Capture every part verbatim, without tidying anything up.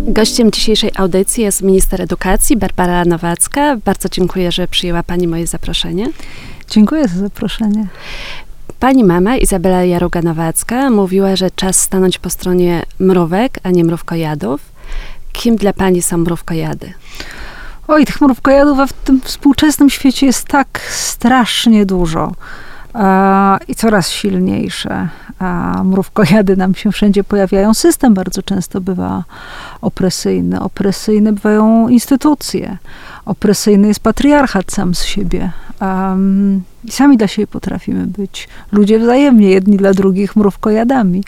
Gościem dzisiejszej audycji jest minister edukacji Barbara Nowacka. Bardzo dziękuję, że przyjęła Pani moje zaproszenie. Dziękuję za zaproszenie. Pani mama, Izabela Jaruga-Nowacka, mówiła, że czas stanąć po stronie mrówek, a nie mrówkojadów. Kim dla Pani są mrówkojady? Oj, tych mrówkojadów w tym współczesnym świecie jest tak strasznie dużo. E, I coraz silniejsze. A mrówkojady nam się wszędzie pojawiają. System bardzo często bywa opresyjny. Opresyjne bywają instytucje. Opresyjny jest patriarchat sam z siebie. Um, I sami dla siebie potrafimy być. Ludzie wzajemnie, jedni dla drugich mrówkojadami.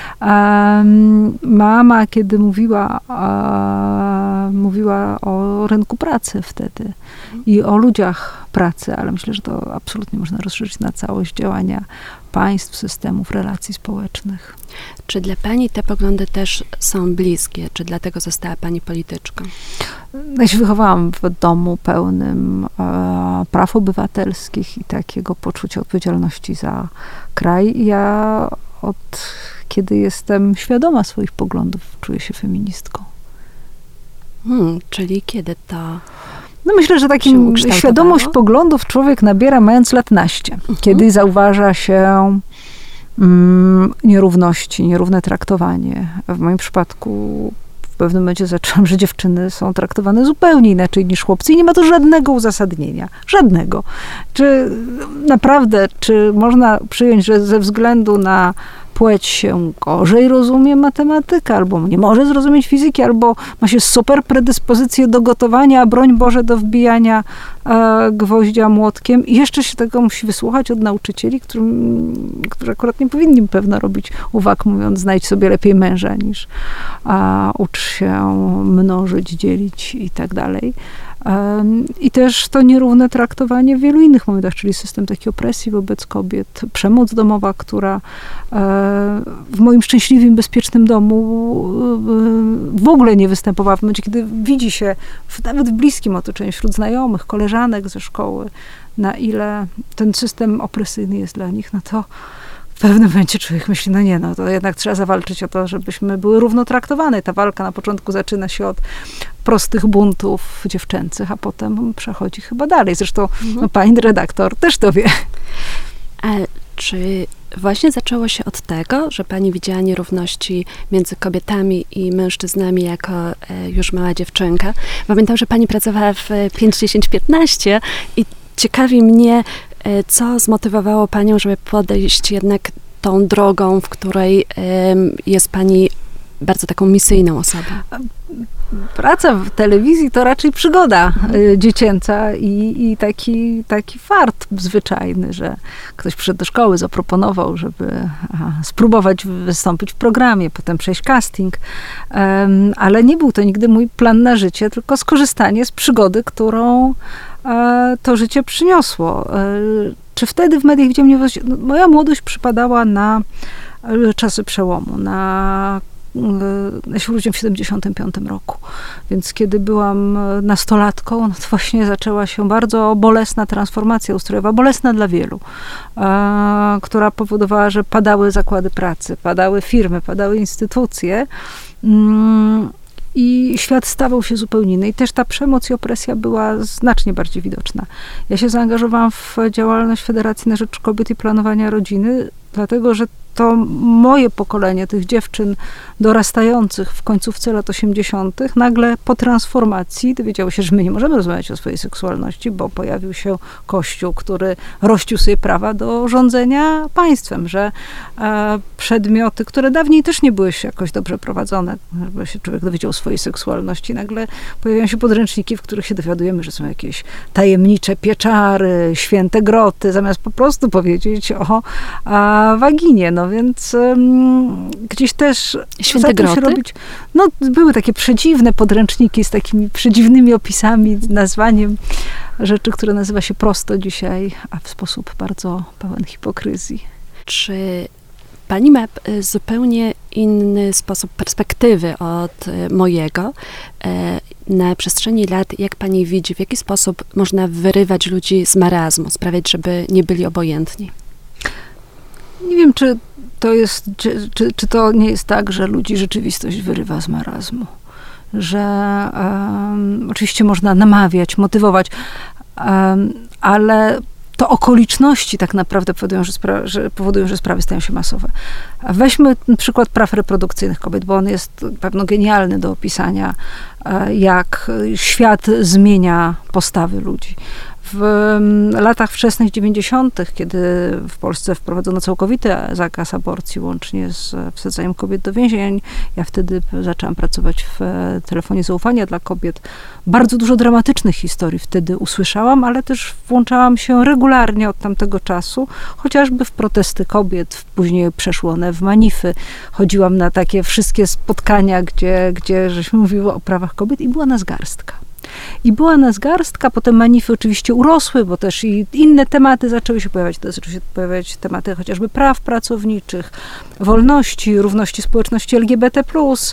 Um, mama, kiedy mówiła, um, mówiła o rynku pracy wtedy i o ludziach pracy, ale myślę, że to absolutnie można rozszerzyć na całość działania państw, systemów, relacji społecznych. Czy dla Pani te poglądy też są bliskie? Czy dlatego została Pani polityczką? Ja się wychowałam w domu pełnym e, praw obywatelskich i takiego poczucia odpowiedzialności za kraj. Ja od kiedy jestem świadoma swoich poglądów, czuję się feministką. Hmm, czyli kiedy to... No myślę, że takim świadomość poglądów człowiek nabiera mając lat naście, mhm. kiedy zauważa się mm, nierówności, nierówne traktowanie. W moim przypadku w pewnym momencie zaczęłam, że dziewczyny są traktowane zupełnie inaczej niż chłopcy i nie ma to żadnego uzasadnienia. Żadnego. Czy naprawdę, czy można przyjąć, że ze względu na płeć się gorzej rozumie matematykę, albo nie może zrozumieć fizyki, albo ma się super predyspozycję do gotowania, a broń Boże do wbijania e, gwoździa młotkiem. I jeszcze się tego musi wysłuchać od nauczycieli, którym, którzy akurat nie powinni pewno robić uwag, mówiąc, znajdź sobie lepiej męża niż a, ucz się mnożyć, dzielić i tak dalej. I też to nierówne traktowanie w wielu innych momentach, czyli system takiej opresji wobec kobiet, przemoc domowa, która w moim szczęśliwym, bezpiecznym domu w ogóle nie występowała. W momencie, kiedy widzi się w, nawet w bliskim otoczeniu, wśród znajomych, koleżanek ze szkoły, na ile ten system opresyjny jest dla nich, no to w pewnym momencie człowiek myśli, no nie, no to jednak trzeba zawalczyć o to, żebyśmy były równo traktowane. Ta walka na początku zaczyna się od prostych buntów dziewczęcych, a potem przechodzi chyba dalej. Zresztą mhm. no, pani redaktor też to wie. A czy właśnie zaczęło się od tego, że pani widziała nierówności między kobietami i mężczyznami jako e, już mała dziewczynka? Pamiętam, że pani pracowała w pięć dziesięć piętnaście i ciekawi mnie, co zmotywowało panią, żeby podejść jednak tą drogą, w której jest pani bardzo taką misyjną osobą? Praca w telewizji to raczej przygoda mhm. dziecięca i, i taki, taki fart zwyczajny, że ktoś przyszedł do szkoły, zaproponował, żeby aha, spróbować wystąpić w programie, potem przejść casting, um, ale nie był to nigdy mój plan na życie, tylko skorzystanie z przygody, którą to życie przyniosło. Czy wtedy w mediach widziałam niewyobraź... no, moja młodość przypadała na czasy przełomu, na ja się urodziłam w siedemdziesiątym piątym roku, więc kiedy byłam nastolatką, no to właśnie zaczęła się bardzo bolesna transformacja ustrojowa, bolesna dla wielu, e, która powodowała, że padały zakłady pracy, padały firmy, padały instytucje, mm, i świat stawał się zupełnie inny. I też ta przemoc i opresja była znacznie bardziej widoczna. Ja się zaangażowałam w działalność Federacji na Rzecz Kobiet i Planowania Rodziny, dlatego że to moje pokolenie tych dziewczyn dorastających w końcówce lat osiemdziesiątych nagle po transformacji dowiedziało się, że my nie możemy rozmawiać o swojej seksualności, bo pojawił się Kościół, który rościł sobie prawa do rządzenia państwem, że e, przedmioty, które dawniej też nie były jakoś dobrze prowadzone, żeby się człowiek dowiedział o swojej seksualności, nagle pojawiają się podręczniki, w których się dowiadujemy, że są jakieś tajemnicze pieczary, święte groty, zamiast po prostu powiedzieć o a, waginie. No więc um, gdzieś też Święte groty? Się robić. No, były takie przedziwne podręczniki z takimi przedziwnymi opisami, nazwaniem rzeczy, które nazywa się prosto dzisiaj, a w sposób bardzo pełen hipokryzji. Czy pani ma zupełnie inny sposób perspektywy od mojego? Na przestrzeni lat, jak pani widzi, w jaki sposób można wyrywać ludzi z marazmu, sprawiać, żeby nie byli obojętni? Nie wiem, czy to jest, czy, czy, czy to nie jest tak, że ludzi rzeczywistość wyrywa z marazmu. że um, oczywiście można namawiać, motywować, um, ale to okoliczności tak naprawdę powodują że, spra- że powodują, że sprawy stają się masowe. A weźmy przykład praw reprodukcyjnych kobiet, bo on jest pewno genialny do opisania, jak świat zmienia postawy ludzi. W latach wczesnych dziewięćdziesiątych, kiedy w Polsce wprowadzono całkowity zakaz aborcji, łącznie z wsadzaniem kobiet do więzień, ja wtedy zaczęłam pracować w telefonie zaufania dla kobiet. Bardzo dużo dramatycznych historii wtedy usłyszałam, ale też włączałam się regularnie od tamtego czasu, chociażby w protesty kobiet, później przeszły one w manify. Chodziłam na takie wszystkie spotkania, gdzie, gdzie żeśmy mówiły o prawach kobiet i była nas garstka. I była nas garstka, potem manify oczywiście urosły, bo też i inne tematy zaczęły się pojawiać. To zaczęły się pojawiać tematy chociażby praw pracowniczych, wolności, równości społeczności L G B T plus,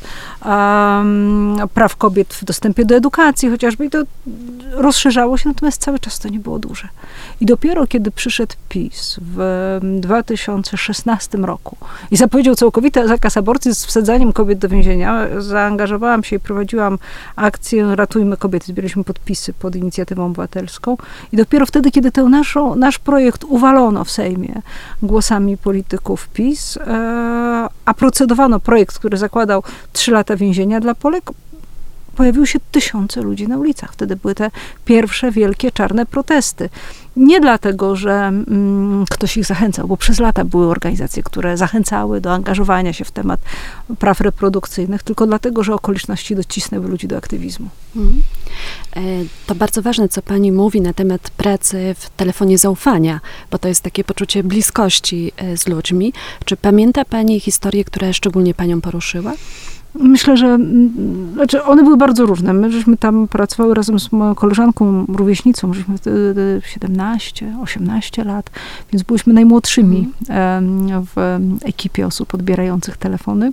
um, praw kobiet w dostępie do edukacji chociażby. I to rozszerzało się, natomiast cały czas to nie było duże. I dopiero kiedy przyszedł PiS w dwa tysiące szesnastym roku i zapowiedział całkowity zakaz aborcji z wsadzaniem kobiet do więzienia, zaangażowałam się i prowadziłam akcję Ratujmy Kobiety. Zbieraliśmy podpisy pod inicjatywą obywatelską i dopiero wtedy, kiedy ten nasz, nasz projekt uwalono w Sejmie głosami polityków PiS, e, a procedowano projekt, który zakładał trzy lata więzienia dla Polek, pojawiły się tysiące ludzi na ulicach. Wtedy były te pierwsze wielkie czarne protesty. Nie dlatego, że mm, ktoś ich zachęcał, bo przez lata były organizacje, które zachęcały do angażowania się w temat praw reprodukcyjnych, tylko dlatego, że okoliczności docisnęły ludzi do aktywizmu. Mhm. To bardzo ważne, co pani mówi na temat pracy w telefonie zaufania, bo to jest takie poczucie bliskości z ludźmi. Czy pamięta pani historię, która szczególnie panią poruszyła? Myślę, że znaczy one były bardzo różne. My żeśmy tam pracowały razem z moją koleżanką, rówieśnicą, żeśmy wtedy siedemnaście, osiemnaście lat, więc byliśmy najmłodszymi mm. w ekipie osób odbierających telefony.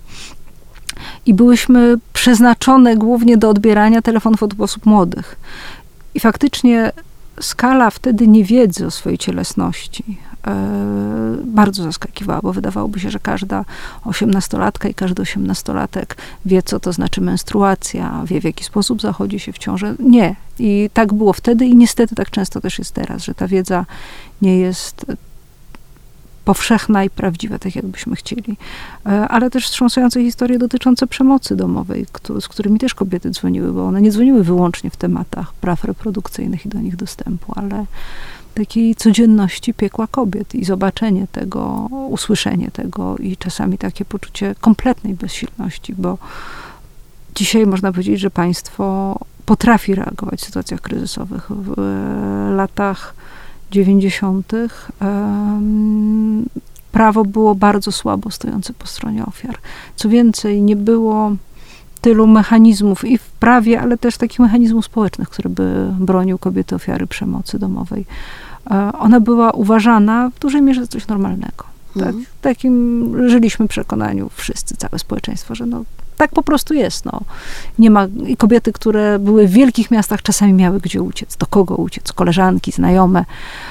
I byłyśmy przeznaczone głównie do odbierania telefonów od osób młodych. I faktycznie skala wtedy niewiedzy o swojej cielesności e, bardzo zaskakiwała, bo wydawałoby się, że każda osiemnastolatka i każdy osiemnastolatek wie, co to znaczy menstruacja, wie, w jaki sposób zachodzi się w ciąży. Nie. I tak było wtedy i niestety tak często też jest teraz, że ta wiedza nie jest powszechna i prawdziwa, tak jakbyśmy chcieli. Ale też wstrząsające historie dotyczące przemocy domowej, z którymi też kobiety dzwoniły, bo one nie dzwoniły wyłącznie w tematach praw reprodukcyjnych i do nich dostępu, ale takiej codzienności piekła kobiet i zobaczenie tego, usłyszenie tego i czasami takie poczucie kompletnej bezsilności, bo dzisiaj można powiedzieć, że państwo potrafi reagować w sytuacjach kryzysowych. W latach dziewięćdziesiątych um, prawo było bardzo słabo stojące po stronie ofiar. Co więcej, nie było tylu mechanizmów i w prawie, ale też takich mechanizmów społecznych, które by bronił kobiety ofiary przemocy domowej. E, ona była uważana w dużej mierze za coś normalnego. Tak? Mhm. W takim żyliśmy przekonaniu wszyscy, całe społeczeństwo, że no tak po prostu jest. No. Nie ma, i kobiety, które były w wielkich miastach, czasami miały gdzie uciec, do kogo uciec, koleżanki, znajome,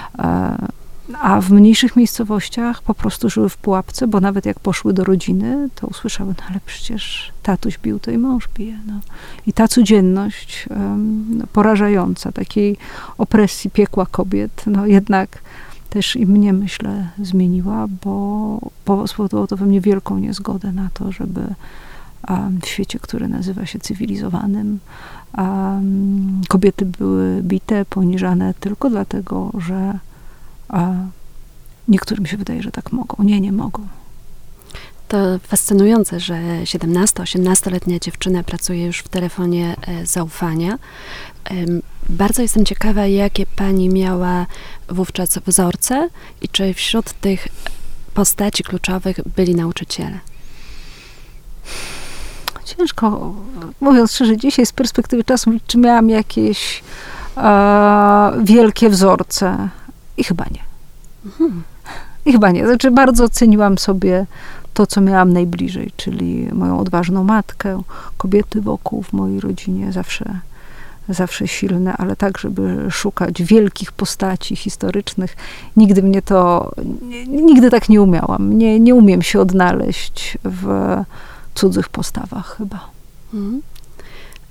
a w mniejszych miejscowościach po prostu żyły w pułapce, bo nawet jak poszły do rodziny, to usłyszały, no ale przecież tatuś bił, to i mąż bije. No. I ta codzienność um, porażająca, takiej opresji, piekła kobiet, no jednak też i mnie, myślę, zmieniła, bo spowodowało to we mnie wielką niezgodę na to, żeby w świecie, który nazywa się cywilizowanym, kobiety były bite, poniżane tylko dlatego, że niektórym się wydaje, że tak mogą. Nie, nie mogą. To fascynujące, że siedemnasto-osiemnastoletnia dziewczyna pracuje już w telefonie zaufania. Bardzo jestem ciekawa, jakie pani miała wówczas wzorce i czy wśród tych postaci kluczowych byli nauczyciele? Ciężko, mówiąc szczerze, dzisiaj z perspektywy czasu, czy miałam jakieś e, wielkie wzorce? I chyba nie. Mhm. I chyba nie. Znaczy, bardzo ceniłam sobie to, co miałam najbliżej, czyli moją odważną matkę, kobiety wokół w mojej rodzinie, zawsze, zawsze silne, ale tak, żeby szukać wielkich postaci historycznych. Nigdy mnie to, nigdy tak nie umiałam. Nie, nie umiem się odnaleźć w cudzych postawach chyba. Mhm.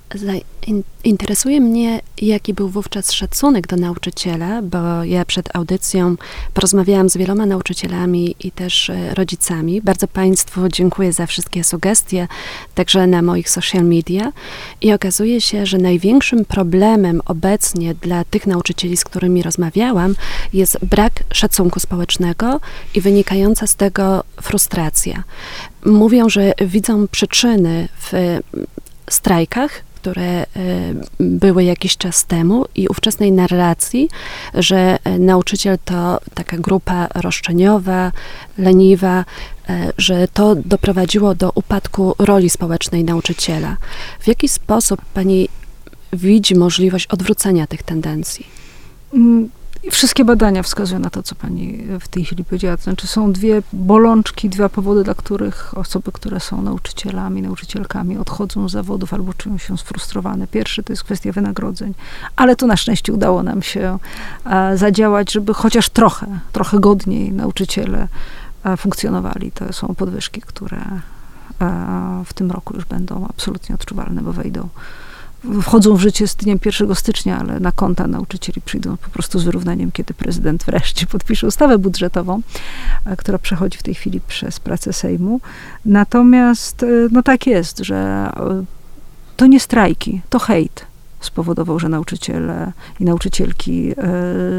Interesuje mnie, jaki był wówczas szacunek do nauczyciela, bo ja przed audycją porozmawiałam z wieloma nauczycielami i też rodzicami. Bardzo Państwu dziękuję za wszystkie sugestie, także na moich social media. I okazuje się, że największym problemem obecnie dla tych nauczycieli, z którymi rozmawiałam, jest brak szacunku społecznego i wynikająca z tego frustracja. Mówią, że widzą przyczyny w strajkach, które były jakiś czas temu i ówczesnej narracji, że nauczyciel to taka grupa roszczeniowa, leniwa, że to doprowadziło do upadku roli społecznej nauczyciela. W jaki sposób pani widzi możliwość odwrócenia tych tendencji? Wszystkie badania wskazują na to, co pani w tej chwili powiedziała. To znaczy są dwie bolączki, dwa powody, dla których osoby, które są nauczycielami, nauczycielkami odchodzą z zawodów albo czują się sfrustrowane. Pierwszy to jest kwestia wynagrodzeń, ale tu na szczęście udało nam się e, zadziałać, żeby chociaż trochę, trochę godniej nauczyciele e, funkcjonowali. To są podwyżki, które e, w tym roku już będą absolutnie odczuwalne, bo wejdą wchodzą w życie z dniem pierwszego stycznia, ale na konta nauczycieli przyjdą po prostu z wyrównaniem, kiedy prezydent wreszcie podpisze ustawę budżetową, która przechodzi w tej chwili przez pracę Sejmu. Natomiast no tak jest, że to nie strajki, to hejt spowodował, że nauczyciele i nauczycielki e,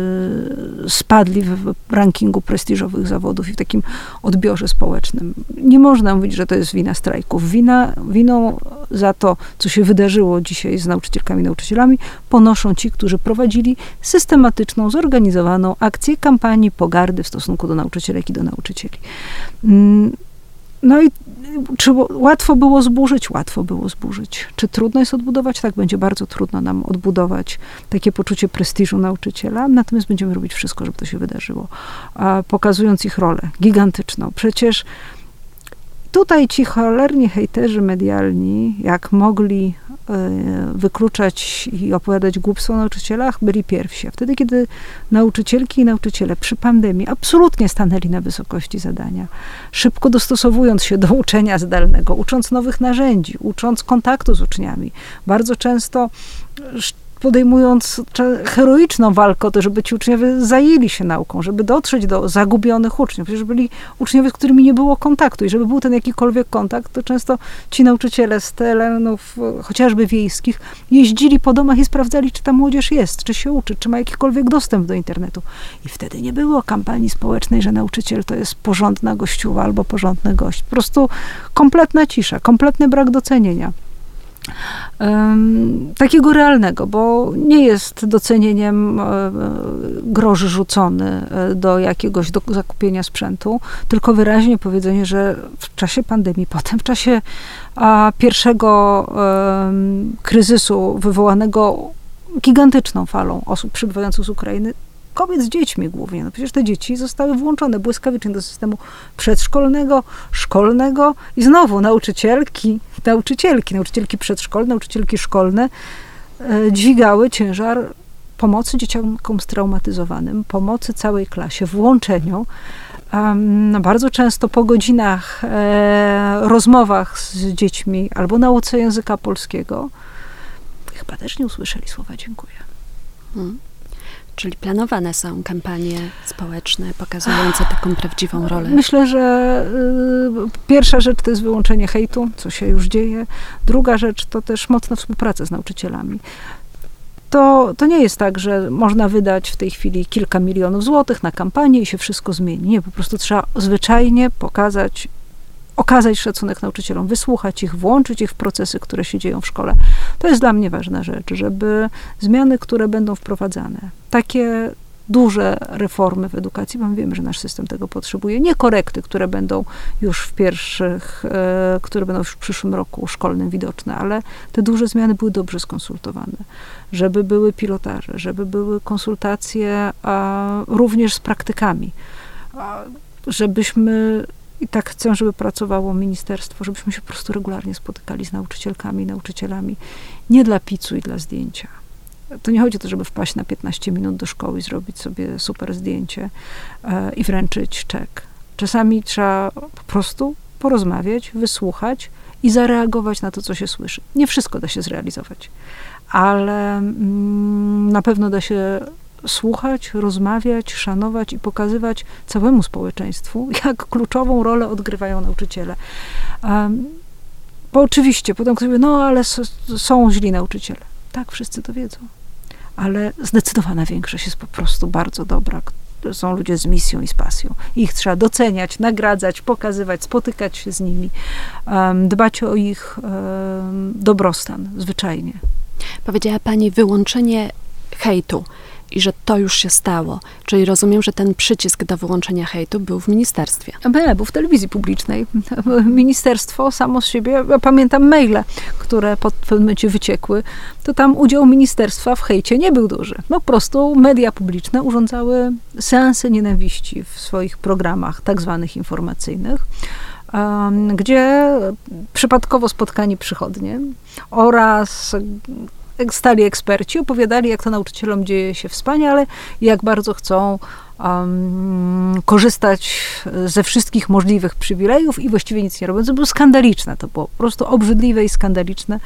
spadli w rankingu prestiżowych zawodów i w takim odbiorze społecznym. Nie można mówić, że to jest wina strajków. Wina, winą za to, co się wydarzyło dzisiaj z nauczycielkami i nauczycielami, ponoszą ci, którzy prowadzili systematyczną, zorganizowaną akcję kampanii pogardy w stosunku do nauczycielek i do nauczycieli. No i czy łatwo było zburzyć? Łatwo było zburzyć. Czy trudno jest odbudować? Tak, będzie bardzo trudno nam odbudować takie poczucie prestiżu nauczyciela, natomiast będziemy robić wszystko, żeby to się wydarzyło, pokazując ich rolę gigantyczną. Przecież tutaj ci cholerni hejterzy medialni, jak mogli wykluczać i opowiadać głupstwo o nauczycielach, byli pierwsi. A wtedy, kiedy nauczycielki i nauczyciele przy pandemii absolutnie stanęli na wysokości zadania, szybko dostosowując się do uczenia zdalnego, ucząc nowych narzędzi, ucząc kontaktu z uczniami, bardzo często podejmując heroiczną walkę o to, żeby ci uczniowie zajęli się nauką, żeby dotrzeć do zagubionych uczniów. Przecież byli uczniowie, z którymi nie było kontaktu i żeby był ten jakikolwiek kontakt, to często ci nauczyciele z terenów, chociażby wiejskich, jeździli po domach i sprawdzali, czy ta młodzież jest, czy się uczy, czy ma jakikolwiek dostęp do internetu. I wtedy nie było kampanii społecznej, że nauczyciel to jest porządna gościuwa albo porządny gość. Po prostu kompletna cisza, kompletny brak docenienia. Um, takiego realnego, bo nie jest docenieniem e, grosz rzucony do jakiegoś do zakupienia sprzętu, tylko wyraźnie powiedzenie, że w czasie pandemii, potem w czasie a, pierwszego e, kryzysu wywołanego gigantyczną falą osób przybywających z Ukrainy, kobiet z dziećmi głównie. No przecież te dzieci zostały włączone błyskawicznie do systemu przedszkolnego, szkolnego i znowu nauczycielki, nauczycielki, nauczycielki przedszkolne, nauczycielki szkolne e, dźwigały ciężar pomocy dzieciakom straumatyzowanym, pomocy całej klasie, włączeniu. Um, no bardzo często po godzinach e, rozmowach z dziećmi albo nauce języka polskiego chyba też nie usłyszeli słowa dziękuję. Hmm. Czyli planowane są kampanie społeczne pokazujące taką prawdziwą rolę? Myślę, że y, pierwsza rzecz to jest wyłączenie hejtu, co się już dzieje. Druga rzecz to też mocna współpraca z nauczycielami. To, to nie jest tak, że można wydać w tej chwili kilka milionów złotych na kampanię i się wszystko zmieni. Nie, po prostu trzeba zwyczajnie pokazać, okazać szacunek nauczycielom, wysłuchać ich, włączyć ich w procesy, które się dzieją w szkole. To jest dla mnie ważna rzecz, żeby zmiany, które będą wprowadzane, takie duże reformy w edukacji, bo my wiemy, że nasz system tego potrzebuje, nie korekty, które będą już w pierwszych, e, które będą już w przyszłym roku szkolnym widoczne, ale te duże zmiany były dobrze skonsultowane, żeby były pilotaże, żeby były konsultacje a, również z praktykami, a, żebyśmy i tak chcę, żeby pracowało ministerstwo, żebyśmy się po prostu regularnie spotykali z nauczycielkami i nauczycielami. Nie dla picu i dla zdjęcia. To nie chodzi o to, żeby wpaść na piętnaście minut do szkoły i zrobić sobie super zdjęcie e, i wręczyć czek. Czasami trzeba po prostu porozmawiać, wysłuchać i zareagować na to, co się słyszy. Nie wszystko da się zrealizować, ale mm, na pewno da się słuchać, rozmawiać, szanować i pokazywać całemu społeczeństwu, jak kluczową rolę odgrywają nauczyciele. Um, bo oczywiście, potem ktoś powie, no ale s- są źli nauczyciele. Tak, wszyscy to wiedzą. Ale zdecydowana większość jest po prostu bardzo dobra. To są ludzie z misją i z pasją. Ich trzeba doceniać, nagradzać, pokazywać, spotykać się z nimi, um, dbać o ich um, dobrostan, zwyczajnie. Powiedziała pani wyłączenie hejtu i że to już się stało. Czyli rozumiem, że ten przycisk do wyłączenia hejtu był w ministerstwie. Nie, był w telewizji publicznej. Ministerstwo samo z siebie, ja pamiętam maile, które po pewnym momencie wyciekły, to tam udział ministerstwa w hejcie nie był duży. No po prostu media publiczne urządzały seanse nienawiści w swoich programach tak zwanych informacyjnych, um, gdzie przypadkowo spotkani przychodnie oraz stali eksperci opowiadali, jak to nauczycielom dzieje się wspaniale i jak bardzo chcą um, korzystać ze wszystkich możliwych przywilejów i właściwie nic nie robią. To było skandaliczne, to było po prostu obrzydliwe i skandaliczne.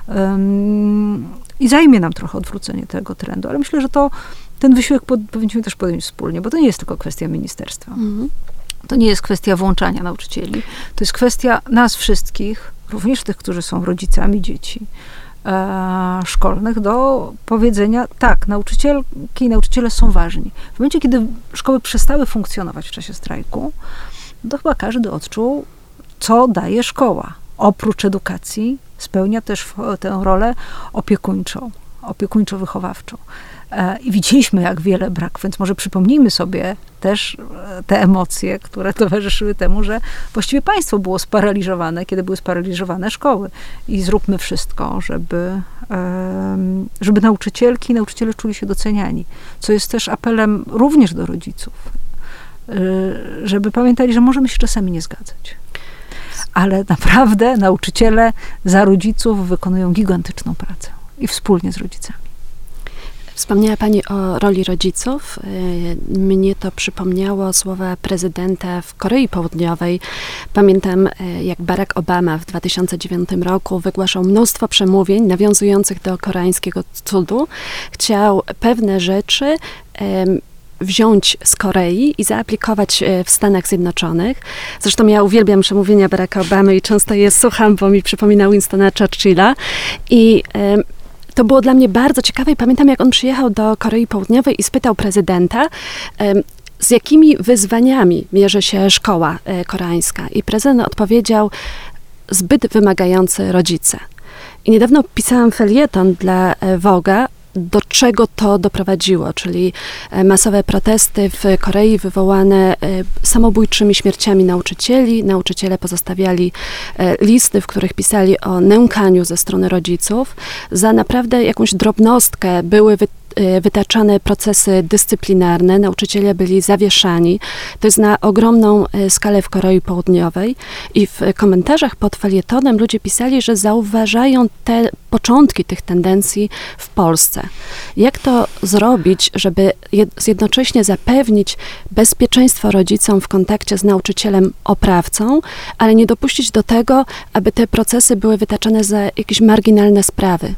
Um, I zajmie nam trochę odwrócenie tego trendu, ale myślę, że to ten wysiłek pod, powinniśmy też podjąć wspólnie, bo to nie jest tylko kwestia ministerstwa. Mhm. To nie jest kwestia włączania nauczycieli. To jest kwestia nas wszystkich, również tych, którzy są rodzicami dzieci, E, szkolnych, do powiedzenia, tak, nauczycielki i nauczyciele są ważni. W momencie, kiedy szkoły przestały funkcjonować w czasie strajku, to chyba każdy odczuł, co daje szkoła. Oprócz edukacji spełnia też tę rolę opiekuńczą, opiekuńczo-wychowawczą. E, I widzieliśmy, jak wiele brak, więc może przypomnijmy sobie też te emocje, które towarzyszyły temu, że właściwie państwo było sparaliżowane, kiedy były sparaliżowane szkoły. I zróbmy wszystko, żeby, żeby nauczycielki i nauczyciele czuli się doceniani. Co jest też apelem również do rodziców, żeby pamiętali, że możemy się czasami nie zgadzać. Ale naprawdę nauczyciele za rodziców wykonują gigantyczną pracę. I wspólnie z rodzicami. Wspomniała pani o roli rodziców. Mnie to przypomniało słowa prezydenta w Korei Południowej. Pamiętam, jak Barack Obama w dwa tysiące dziewiątym roku wygłaszał mnóstwo przemówień nawiązujących do koreańskiego cudu. Chciał pewne rzeczy wziąć z Korei i zaaplikować w Stanach Zjednoczonych. Zresztą ja uwielbiam przemówienia Baracka Obamy i często je słucham, bo mi przypomina Winstona Churchilla. I to było dla mnie bardzo ciekawe i pamiętam, jak on przyjechał do Korei Południowej i spytał prezydenta, z jakimi wyzwaniami mierzy się szkoła koreańska. I prezydent odpowiedział, zbyt wymagający rodzice. I niedawno pisałam felieton dla Vogue'a, do czego to doprowadziło, czyli masowe protesty w Korei wywołane samobójczymi śmierciami nauczycieli. Nauczyciele pozostawiali listy, w których pisali o nękaniu ze strony rodziców. Za naprawdę jakąś drobnostkę były wy wytaczane procesy dyscyplinarne, nauczyciele byli zawieszani. To jest na ogromną skalę w Korei Południowej i w komentarzach pod felietonem ludzie pisali, że zauważają te początki tych tendencji w Polsce. Jak to zrobić, żeby jednocześnie zapewnić bezpieczeństwo rodzicom w kontakcie z nauczycielem oprawcą, ale nie dopuścić do tego, aby te procesy były wytaczane za jakieś marginalne sprawy?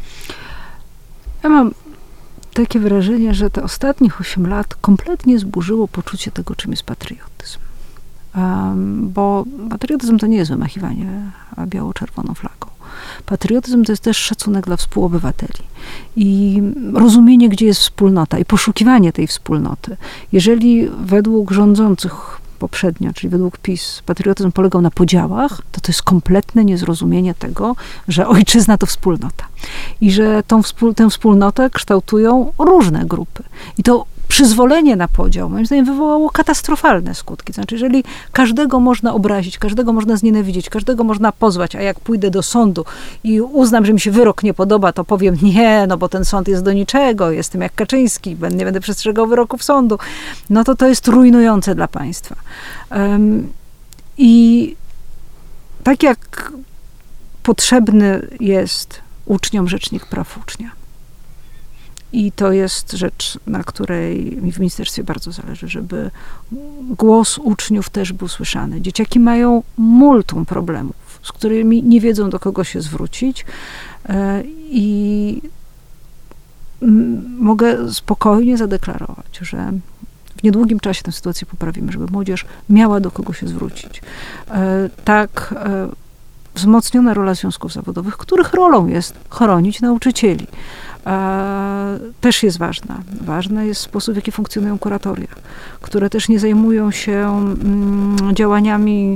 Ja mam takie wrażenie, że te ostatnich osiem lat kompletnie zburzyło poczucie tego, czym jest patriotyzm. Um, bo patriotyzm to nie jest wymachiwanie biało-czerwoną flagą. Patriotyzm to jest też szacunek dla współobywateli i rozumienie, gdzie jest wspólnota i poszukiwanie tej wspólnoty. Jeżeli według rządzących poprzednio, czyli według PiS, patriotyzm polegał na podziałach, to to jest kompletne niezrozumienie tego, że ojczyzna to wspólnota. I że tą wspól, tę wspólnotę kształtują różne grupy. I to przyzwolenie na podział, moim zdaniem, wywołało katastrofalne skutki. Znaczy, jeżeli każdego można obrazić, każdego można znienawidzieć, każdego można pozwać, a jak pójdę do sądu i uznam, że mi się wyrok nie podoba, to powiem nie, no bo ten sąd jest do niczego, jestem jak Kaczyński, nie będę przestrzegał wyroków sądu, no to to jest rujnujące dla państwa. Um, I tak jak potrzebny jest uczniom rzecznik praw ucznia, i to jest rzecz, na której mi w ministerstwie bardzo zależy, żeby głos uczniów też był słyszany. Dzieciaki mają multum problemów. z którymi nie wiedzą, do kogo się zwrócić. I mogę spokojnie zadeklarować, że w niedługim czasie tę sytuację poprawimy, żeby młodzież miała do kogo się zwrócić. Tak wzmocniona rola związków zawodowych, których rolą jest chronić nauczycieli, też jest ważna. Ważny jest sposób, w jaki funkcjonują kuratoria, które też nie zajmują się działaniami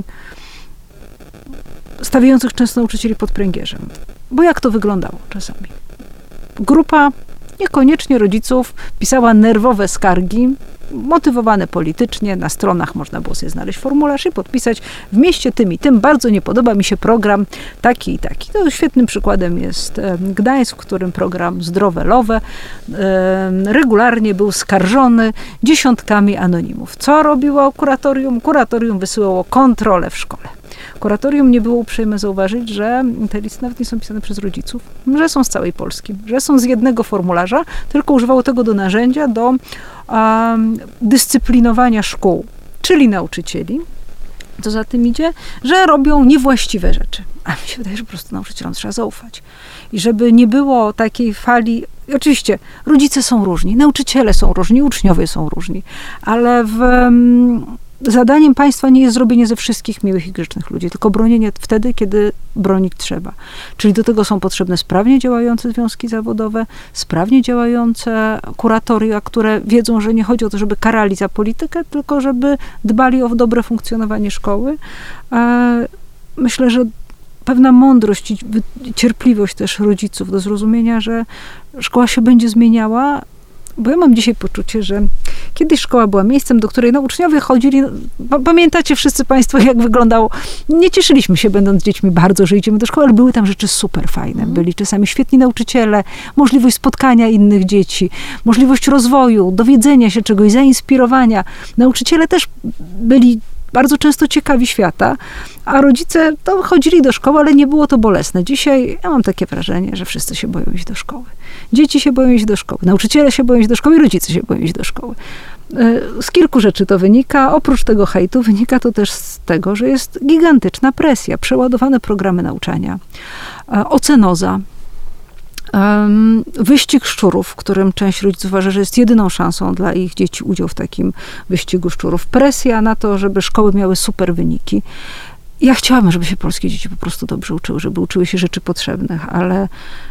stawiających często nauczycieli pod pręgierzem. Bo jak to wyglądało czasami? Grupa, niekoniecznie rodziców, pisała nerwowe skargi, motywowane politycznie. Na stronach można było sobie znaleźć formularz i podpisać: w mieście tym i tym bardzo nie podoba mi się program taki i taki. To świetnym przykładem jest Gdańsk, w którym program Zdrowe Lowe regularnie był skarżony dziesiątkami anonimów. Co robiło kuratorium? Kuratorium wysyłało kontrolę w szkole. Kuratorium nie było uprzejme zauważyć, że te listy nawet nie są pisane przez rodziców, że są z całej Polski, że są z jednego formularza, tylko używało tego do narzędzia do um, dyscyplinowania szkół, czyli nauczycieli. Co za tym idzie, że robią niewłaściwe rzeczy. A mi się wydaje, że po prostu nauczycielom trzeba zaufać. I żeby nie było takiej fali, oczywiście rodzice są różni, nauczyciele są różni, uczniowie są różni, ale w... Um, Zadaniem państwa nie jest zrobienie ze wszystkich miłych i grzecznych ludzi, tylko bronienie wtedy, kiedy bronić trzeba. Czyli do tego są potrzebne sprawnie działające związki zawodowe, sprawnie działające kuratoria, które wiedzą, że nie chodzi o to, żeby karali za politykę, tylko żeby dbali o dobre funkcjonowanie szkoły. Myślę, że pewna mądrość i cierpliwość też rodziców do zrozumienia, że szkoła się będzie zmieniała. Bo ja mam dzisiaj poczucie, że kiedyś szkoła była miejscem, do której no, uczniowie chodzili, pamiętacie wszyscy państwo, jak wyglądało. Nie cieszyliśmy się, będąc dziećmi, bardzo, że idziemy do szkoły, ale były tam rzeczy super fajne. Byli czasami świetni nauczyciele, możliwość spotkania innych dzieci, możliwość rozwoju, dowiedzenia się czegoś, zainspirowania. Nauczyciele też byli bardzo często ciekawi świata, a rodzice to chodzili do szkoły, ale nie było to bolesne. Dzisiaj ja mam takie wrażenie, że wszyscy się boją iść do szkoły. Dzieci się boją iść do szkoły, nauczyciele się boją iść do szkoły i rodzice się boją iść do szkoły. Z kilku rzeczy to wynika. Oprócz tego hejtu wynika to też z tego, że jest gigantyczna presja, przeładowane programy nauczania, ocenoza, wyścig szczurów, w którym część rodziców uważa, że jest jedyną szansą dla ich dzieci udział w takim wyścigu szczurów. Presja na to, żeby szkoły miały super wyniki. Ja chciałabym, żeby się polskie dzieci po prostu dobrze uczyły, żeby uczyły się rzeczy potrzebnych, ale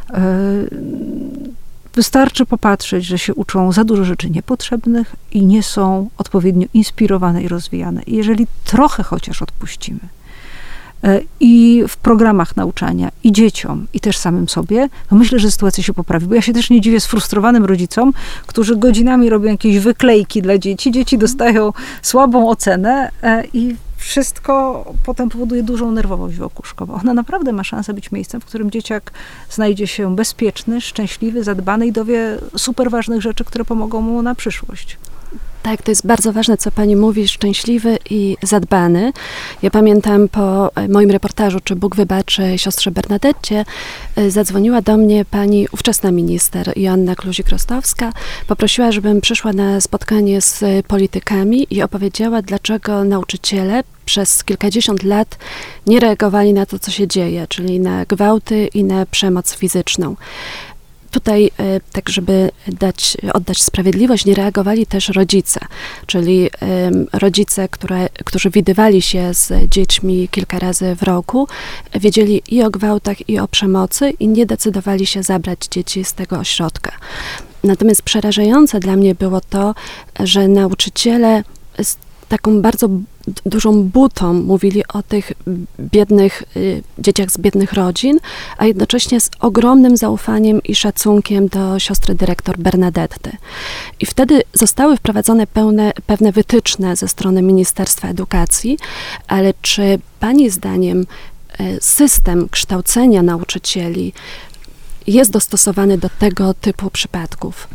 wystarczy popatrzeć, że się uczą za dużo rzeczy niepotrzebnych i nie są odpowiednio inspirowane i rozwijane. I jeżeli trochę chociaż odpuścimy, i w programach nauczania, i dzieciom, i też samym sobie, to myślę, że sytuacja się poprawi. Bo ja się też nie dziwię sfrustrowanym rodzicom, którzy godzinami robią jakieś wyklejki dla dzieci. Dzieci dostają słabą ocenę i wszystko potem powoduje dużą nerwowość wokół szkoły. Ona naprawdę ma szansę być miejscem, w którym dzieciak znajdzie się bezpieczny, szczęśliwy, zadbany i dowie super ważnych rzeczy, które pomogą mu na przyszłość. Tak, to jest bardzo ważne, co pani mówi, szczęśliwy i zadbany. Ja pamiętam po moim reportażu, czy Bóg wybaczy siostrze Bernadetcie, zadzwoniła do mnie pani ówczesna minister Joanna Kluzik-Rostowska. Poprosiła, żebym przyszła na spotkanie z politykami i opowiedziała, dlaczego nauczyciele przez kilkadziesiąt lat nie reagowali na to, co się dzieje, czyli na gwałty i na przemoc fizyczną. Tutaj, tak żeby dać, oddać sprawiedliwość, nie reagowali też rodzice, czyli rodzice, które, którzy widywali się z dziećmi kilka razy w roku, wiedzieli i o gwałtach, i o przemocy i nie decydowali się zabrać dzieci z tego ośrodka. Natomiast przerażające dla mnie było to, że nauczyciele z taką bardzo dużą butą mówili o tych biednych y, dzieciach z biednych rodzin, a jednocześnie z ogromnym zaufaniem i szacunkiem do siostry dyrektor Bernadetty. I wtedy zostały wprowadzone pełne, pewne wytyczne ze strony Ministerstwa Edukacji, ale czy pani zdaniem y, system kształcenia nauczycieli jest dostosowany do tego typu przypadków?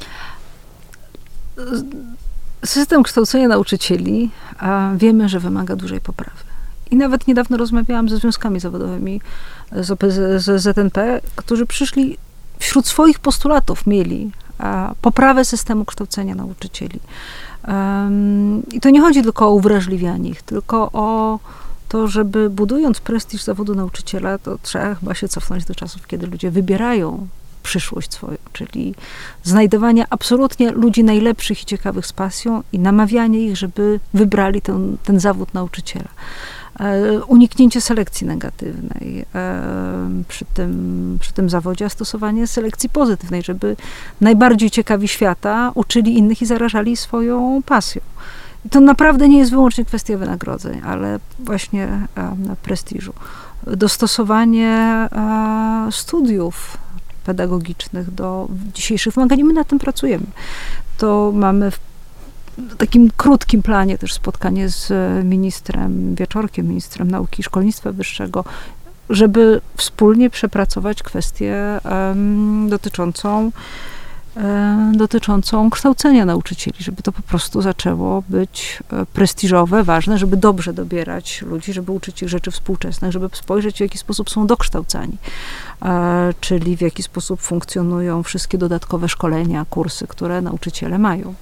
System kształcenia nauczycieli, a wiemy, że wymaga dużej poprawy. I nawet niedawno rozmawiałam ze związkami zawodowymi z, O P Z, z Z N P, którzy przyszli, wśród swoich postulatów mieli a, poprawę systemu kształcenia nauczycieli. Um, I to nie chodzi tylko o uwrażliwianie ich, tylko o to żeby budując prestiż zawodu nauczyciela, to trzeba chyba się cofnąć do czasów, kiedy ludzie wybierają przyszłość swoją, czyli znajdowanie absolutnie ludzi najlepszych i ciekawych z pasją i namawianie ich, żeby wybrali ten, ten zawód nauczyciela. Uniknięcie selekcji negatywnej przy tym, przy tym zawodzie, a stosowanie selekcji pozytywnej, żeby najbardziej ciekawi świata uczyli innych i zarażali swoją pasją. I to naprawdę nie jest wyłącznie kwestia wynagrodzeń, ale właśnie prestiżu. Dostosowanie studiów pedagogicznych do dzisiejszych wymagań i my nad tym pracujemy. To mamy w takim krótkim planie też spotkanie z ministrem Wieczorkiem, ministrem nauki i szkolnictwa wyższego, żeby wspólnie przepracować kwestię um, dotyczącą, um, dotyczącą kształcenia nauczycieli, żeby to po prostu zaczęło być prestiżowe, ważne, żeby dobrze dobierać ludzi, żeby uczyć ich rzeczy współczesnych, żeby spojrzeć, w jaki sposób są dokształcani, e, czyli w jaki sposób funkcjonują wszystkie dodatkowe szkolenia, kursy, które nauczyciele mają.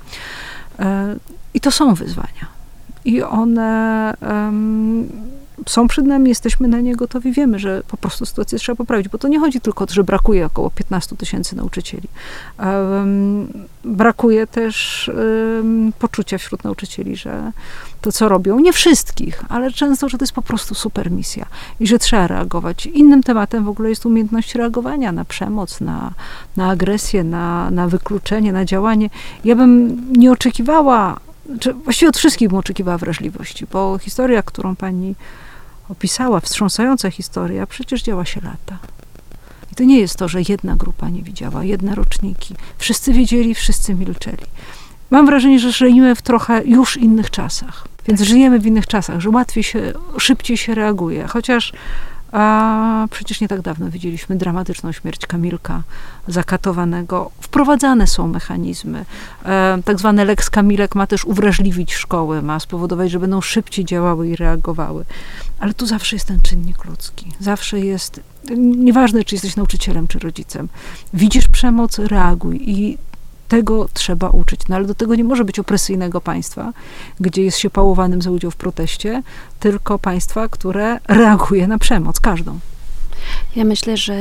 I to są wyzwania. I one um, są przed nami, jesteśmy na nie gotowi, wiemy, że po prostu sytuację trzeba poprawić, bo to nie chodzi tylko o to, że brakuje około piętnaście tysięcy nauczycieli. Um, brakuje też um, poczucia wśród nauczycieli, że to, co robią, nie wszystkich, ale często, że to jest po prostu super misja i że trzeba reagować. Innym tematem w ogóle jest umiejętność reagowania na przemoc, na, na agresję, na, na wykluczenie, na działanie. Ja bym nie oczekiwała, czy właściwie od wszystkich bym oczekiwała wrażliwości, bo historia, którą pani opisała, wstrząsająca historia, przecież działa się lata. I to nie jest to, że jedna grupa nie widziała, jedne roczniki. Wszyscy wiedzieli, wszyscy milczeli. Mam wrażenie, że żyjemy w trochę już innych czasach. Więc żyjemy w innych czasach, że łatwiej się, szybciej się reaguje. Chociaż a przecież nie tak dawno widzieliśmy dramatyczną śmierć Kamilka zakatowanego. Wprowadzane są mechanizmy. E, tak zwany Lex Kamilek ma też uwrażliwić szkoły, ma spowodować, że będą szybciej działały i reagowały. Ale tu zawsze jest ten czynnik ludzki. Zawsze jest, nieważne czy jesteś nauczycielem, czy rodzicem. Widzisz przemoc, reaguj i tego trzeba uczyć. No ale do tego nie może być opresyjnego państwa, gdzie jest się pałowanym za udział w proteście, tylko państwa, które reaguje na przemoc, każdą. Ja myślę, że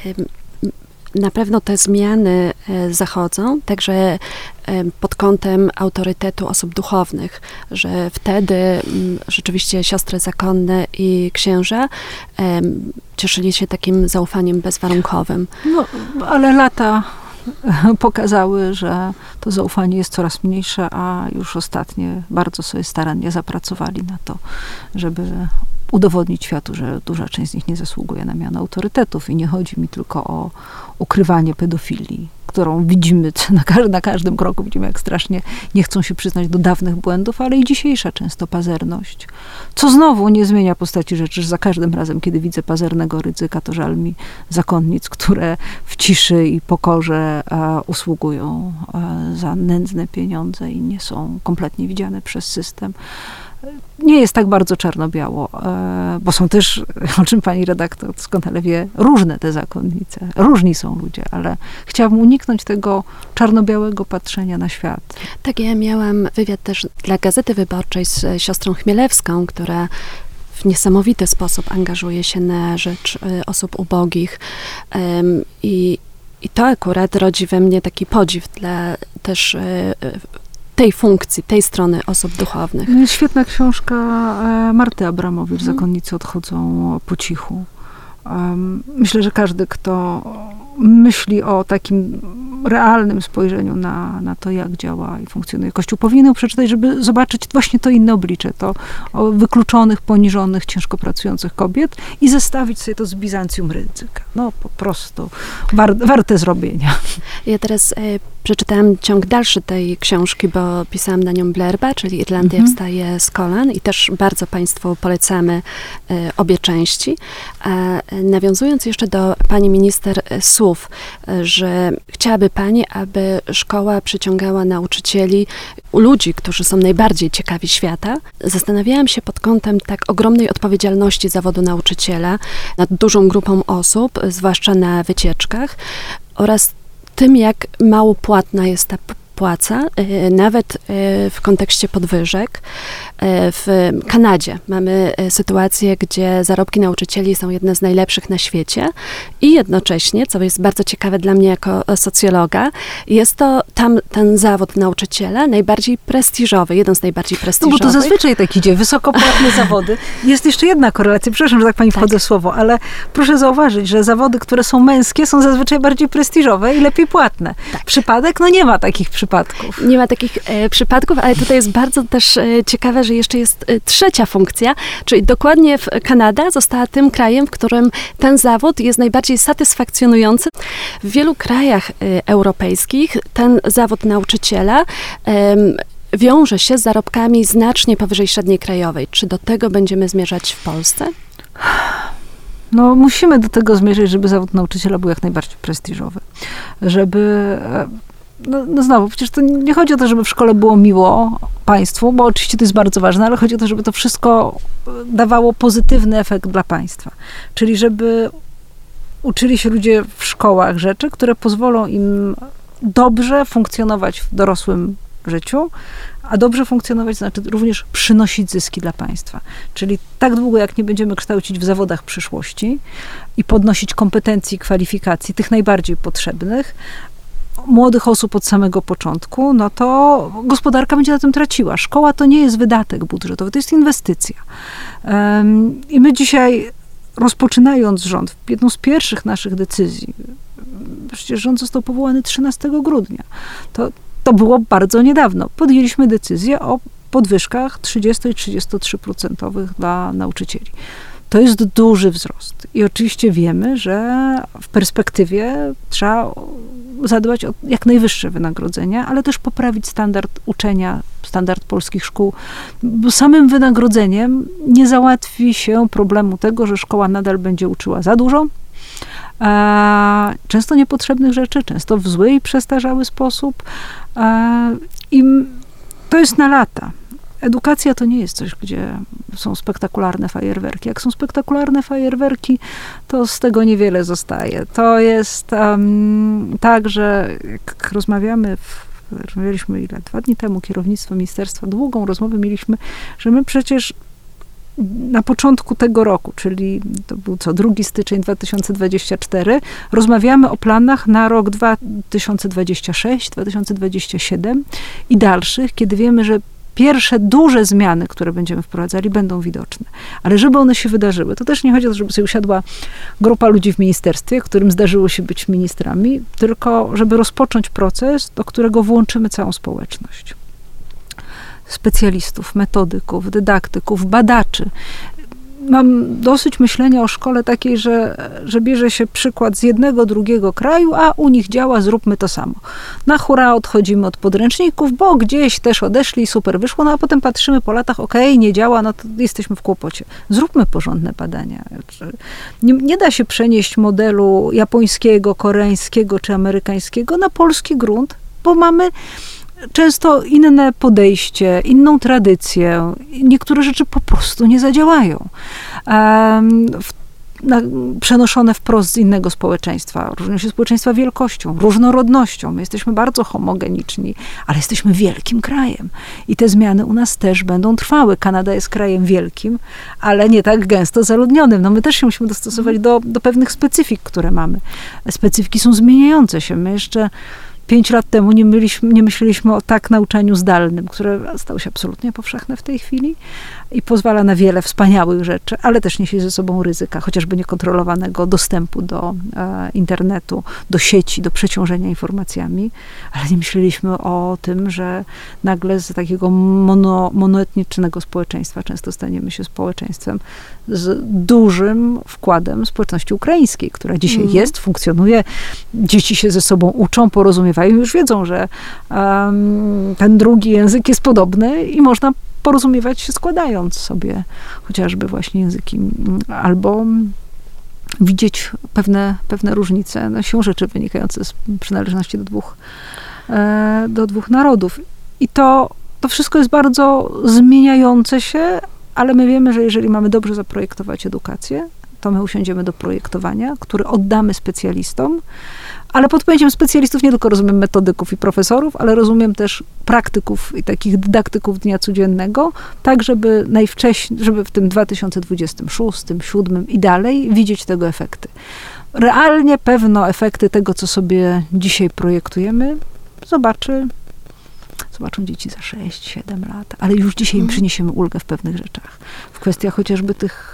na pewno te zmiany zachodzą, także pod kątem autorytetu osób duchownych, że wtedy rzeczywiście siostry zakonne i księża cieszyli się takim zaufaniem bezwarunkowym. No, ale lata pokazały, że to zaufanie jest coraz mniejsze, a już ostatnie bardzo sobie starannie zapracowali na to, żeby udowodnić światu, że duża część z nich nie zasługuje na miano autorytetów i nie chodzi mi tylko o ukrywanie pedofilii, którą widzimy na, każ- na każdym kroku, widzimy jak strasznie nie chcą się przyznać do dawnych błędów, ale i dzisiejsza często pazerność. Co znowu nie zmienia postaci rzeczy, że za każdym razem, kiedy widzę pazernego Rydzyka, to żal mi zakonnic, które w ciszy i pokorze a, usługują a, za nędzne pieniądze i nie są kompletnie widziane przez system. Nie jest tak bardzo czarno-biało, bo są też, o czym pani redaktor doskonale wie, różne te zakonnice, różni są ludzie, ale chciałabym uniknąć tego czarno-białego patrzenia na świat. Tak, ja miałam wywiad też dla Gazety Wyborczej z siostrą Chmielewską, która w niesamowity sposób angażuje się na rzecz osób ubogich i, i to akurat rodzi we mnie taki podziw dla też tej funkcji, tej strony osób duchownych. Jest świetna książka Marty Abramowicz, Zakonnicy odchodzą po cichu. Myślę, że każdy, kto myśli o takim realnym spojrzeniu na, na to, jak działa i funkcjonuje Kościół, powinien przeczytać, żeby zobaczyć właśnie to inne oblicze, to o wykluczonych, poniżonych, ciężko pracujących kobiet i zestawić sobie to z Bizancjum Rydzyka. No po prostu war, warte zrobienia. Ja teraz y, przeczytałam ciąg dalszy tej książki, bo pisałam na nią blerba, czyli Irlandia mhm. wstaje z kolan i też bardzo Państwu polecamy y, obie części. A y, nawiązując jeszcze do pani minister y, słów, y, że chciałaby pani, aby szkoła przyciągała nauczycieli, ludzi, którzy są najbardziej ciekawi świata. Zastanawiałam się pod kątem tak ogromnej odpowiedzialności zawodu nauczyciela nad dużą grupą osób, zwłaszcza na wycieczkach, oraz tym, jak mało płatna jest ta opłaca, nawet w kontekście podwyżek. W Kanadzie mamy sytuację, gdzie zarobki nauczycieli są jedne z najlepszych na świecie i jednocześnie, co jest bardzo ciekawe dla mnie jako socjologa, jest to tam ten zawód nauczyciela najbardziej prestiżowy, jeden z najbardziej prestiżowych. No bo to zazwyczaj tak idzie, wysokopłatne zawody. Jest jeszcze jedna korelacja, przepraszam, że tak pani wchodzę w słowo, ale proszę zauważyć, że zawody, które są męskie, są zazwyczaj bardziej prestiżowe i lepiej płatne. Tak. Przypadek? No nie ma takich przypadków. Nie ma takich e, przypadków, ale tutaj jest bardzo też e, ciekawe, że jeszcze jest e, trzecia funkcja, czyli dokładnie w Kanada została tym krajem, w którym ten zawód jest najbardziej satysfakcjonujący. W wielu krajach e, europejskich ten zawód nauczyciela e, wiąże się z zarobkami znacznie powyżej średniej krajowej. Czy do tego będziemy zmierzać w Polsce? No musimy do tego zmierzyć, żeby zawód nauczyciela był jak najbardziej prestiżowy. Żeby... No, no znowu, przecież to nie chodzi o to, żeby w szkole było miło państwu, bo oczywiście to jest bardzo ważne, ale chodzi o to, żeby to wszystko dawało pozytywny efekt dla państwa. Czyli żeby uczyli się ludzie w szkołach rzeczy, które pozwolą im dobrze funkcjonować w dorosłym życiu, a dobrze funkcjonować znaczy również przynosić zyski dla państwa. Czyli tak długo, jak nie będziemy kształcić w zawodach przyszłości i podnosić kompetencji i kwalifikacji, tych najbardziej potrzebnych, młodych osób od samego początku, no to gospodarka będzie na tym traciła. Szkoła to nie jest wydatek budżetowy, to jest inwestycja. Um, I my dzisiaj, rozpoczynając rząd, jedną z pierwszych naszych decyzji, przecież rząd został powołany trzynastego grudnia, to To było bardzo niedawno. Podjęliśmy decyzję o podwyżkach trzydzieści i trzydzieści trzy procent dla nauczycieli. To jest duży wzrost. I oczywiście wiemy, że w perspektywie trzeba zadbać o jak najwyższe wynagrodzenia, ale też poprawić standard uczenia, standard polskich szkół. Bo samym wynagrodzeniem nie załatwi się problemu tego, że szkoła nadal będzie uczyła za dużo, często niepotrzebnych rzeczy, często w zły i przestarzały sposób. I to jest na lata. Edukacja to nie jest coś, gdzie są spektakularne fajerwerki. Jak są spektakularne fajerwerki, to z tego niewiele zostaje. To jest um, tak, że jak rozmawiamy, w, rozmawialiśmy ile? Dwa dni temu kierownictwo ministerstwa, długą rozmowę mieliśmy, że my przecież na początku tego roku, czyli to był co, drugi styczeń dwa tysiące dwudziesty czwarty, rozmawiamy o planach na rok dwa tysiące dwudziesty szósty, dwa tysiące dwudziesty siódmy i dalszych, kiedy wiemy, że pierwsze duże zmiany, które będziemy wprowadzali, będą widoczne. Ale żeby one się wydarzyły, to też nie chodzi o to, żeby sobie usiadła grupa ludzi w ministerstwie, którym zdarzyło się być ministrami, tylko żeby rozpocząć proces, do którego włączymy całą społeczność. Specjalistów, metodyków, dydaktyków, badaczy. Mam dosyć myślenia o szkole takiej, że, że bierze się przykład z jednego, drugiego kraju, a u nich działa, zróbmy to samo. Na hura odchodzimy od podręczników, bo gdzieś też odeszli, super wyszło, no a potem patrzymy po latach, okej, okay, nie działa, no to jesteśmy w kłopocie. Zróbmy porządne badania. Nie, nie da się przenieść modelu japońskiego, koreańskiego czy amerykańskiego na polski grunt, bo mamy często inne podejście, inną tradycję. Niektóre rzeczy po prostu nie zadziałają. Um, w, na, przenoszone wprost z innego społeczeństwa. Różnią się społeczeństwa wielkością, różnorodnością. My jesteśmy bardzo homogeniczni, ale jesteśmy wielkim krajem. I te zmiany u nas też będą trwały. Kanada jest krajem wielkim, ale nie tak gęsto zaludnionym. No my też się musimy dostosować do, do pewnych specyfik, które mamy. Specyfiki są zmieniające się. My jeszcze Pięć lat temu nie, myliśmy, nie myśleliśmy o tak nauczaniu zdalnym, które stało się absolutnie powszechne w tej chwili i pozwala na wiele wspaniałych rzeczy, ale też niesie ze sobą ryzyka, chociażby niekontrolowanego dostępu do e, internetu, do sieci, do przeciążenia informacjami, ale nie myśleliśmy o tym, że nagle z takiego mono, monoetnicznego społeczeństwa często staniemy się społeczeństwem z dużym wkładem społeczności ukraińskiej, która dzisiaj mm. jest, funkcjonuje, dzieci się ze sobą uczą, porozumiewają, już wiedzą, że um, ten drugi język jest podobny i można porozumiewać się składając sobie chociażby właśnie języki albo widzieć pewne, pewne różnice, no, siłą rzeczy wynikające z przynależności do dwóch, e, do dwóch narodów. I to, to wszystko jest bardzo zmieniające się, ale my wiemy, że jeżeli mamy dobrze zaprojektować edukację, to my usiądziemy do projektowania, który oddamy specjalistom, Ale pod pojęciem specjalistów nie tylko rozumiem metodyków i profesorów, ale rozumiem też praktyków i takich dydaktyków dnia codziennego, tak żeby najwcześniej, żeby w tym dwa tysiące dwudziestym szóstym, dwa tysiące siódmym i dalej widzieć tego efekty. Realnie pewno efekty tego, co sobie dzisiaj projektujemy, zobaczy, zobaczą dzieci za sześć siedem lat, ale już dzisiaj im przyniesiemy ulgę w pewnych rzeczach. W kwestiach chociażby tych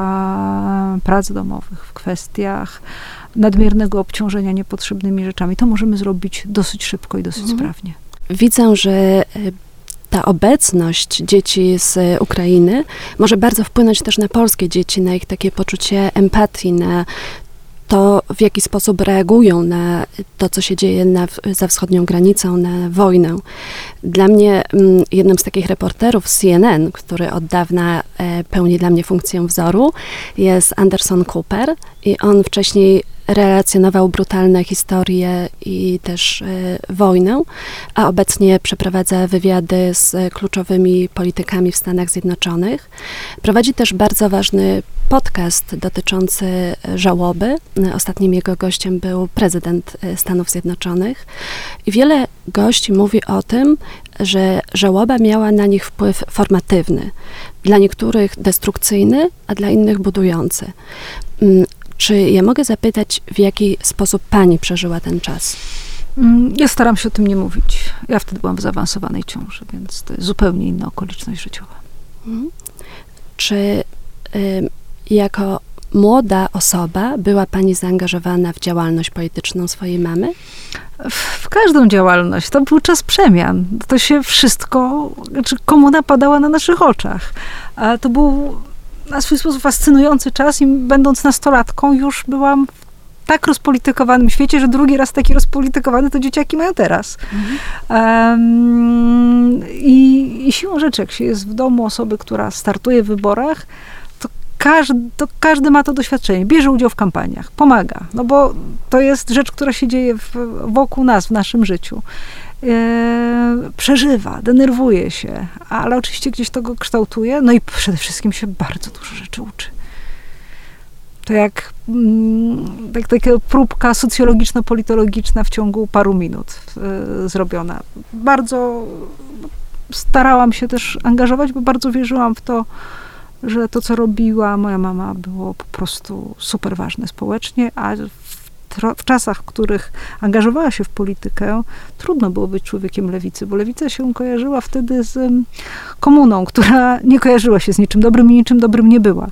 a, prac domowych, w kwestiach nadmiernego obciążenia niepotrzebnymi rzeczami. To możemy zrobić dosyć szybko i dosyć mhm. sprawnie. Widzę, że ta obecność dzieci z Ukrainy może bardzo wpłynąć też na polskie dzieci, na ich takie poczucie empatii, na to, w jaki sposób reagują na to, co się dzieje na, za wschodnią granicą, na wojnę. Dla mnie m, jednym z takich reporterów z C N N, który od dawna e, pełni dla mnie funkcję wzoru, jest Anderson Cooper i on wcześniej relacjonował brutalne historie i też y, wojnę, a obecnie przeprowadza wywiady z kluczowymi politykami w Stanach Zjednoczonych. Prowadzi też bardzo ważny podcast dotyczący żałoby. Ostatnim jego gościem był prezydent Stanów Zjednoczonych. I wiele gości mówi o tym, że żałoba miała na nich wpływ formatywny. Dla niektórych destrukcyjny, a dla innych budujący. Czy ja mogę zapytać, w jaki sposób pani przeżyła ten czas? Ja staram się o tym nie mówić. Ja wtedy byłam w zaawansowanej ciąży, więc to jest zupełnie inna okoliczność życiowa. Mhm. Czy y, jako młoda osoba była pani zaangażowana w działalność polityczną swojej mamy? W, w każdą działalność. To był czas przemian. To się wszystko, znaczy komuna padała na naszych oczach. A to był na swój sposób fascynujący czas i będąc nastolatką już byłam w tak rozpolitykowanym świecie, że drugi raz taki rozpolitykowany to dzieciaki mają teraz. Mhm. Um, i, I siłą rzeczy, jak się jest w domu osoby, która startuje w wyborach, to każdy, to każdy ma to doświadczenie. Bierze udział w kampaniach, pomaga. No bo to jest rzecz, która się dzieje w, wokół nas, w naszym życiu. Yy, przeżywa, denerwuje się, ale oczywiście gdzieś to go kształtuje, no i przede wszystkim się bardzo dużo rzeczy uczy. To jak mm, tak, taka próbka socjologiczno-politologiczna w ciągu paru minut yy, zrobiona. Bardzo starałam się też angażować, bo bardzo wierzyłam w to, że to, co robiła moja mama, było po prostu super ważne społecznie, a w czasach, w których angażowała się w politykę, trudno było być człowiekiem lewicy, bo lewica się kojarzyła wtedy z komuną, która nie kojarzyła się z niczym dobrym i niczym dobrym nie była.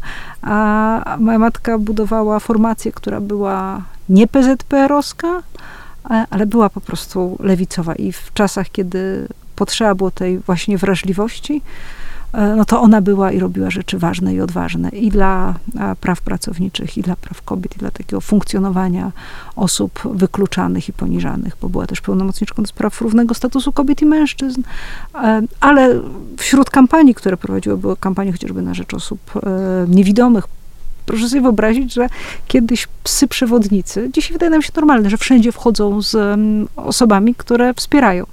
A moja matka budowała formację, która była nie P Z P R-owska, ale była po prostu lewicowa i w czasach, kiedy potrzeba było tej właśnie wrażliwości, no to ona była i robiła rzeczy ważne i odważne i dla praw pracowniczych, i dla praw kobiet, i dla takiego funkcjonowania osób wykluczanych i poniżanych, bo była też pełnomocniczką do spraw równego statusu kobiet i mężczyzn, ale wśród kampanii, które prowadziła, były kampanie chociażby na rzecz osób niewidomych. Proszę sobie wyobrazić, że kiedyś psy przewodnicy, dzisiaj wydaje nam się normalne, że wszędzie wchodzą z osobami, które wspierają.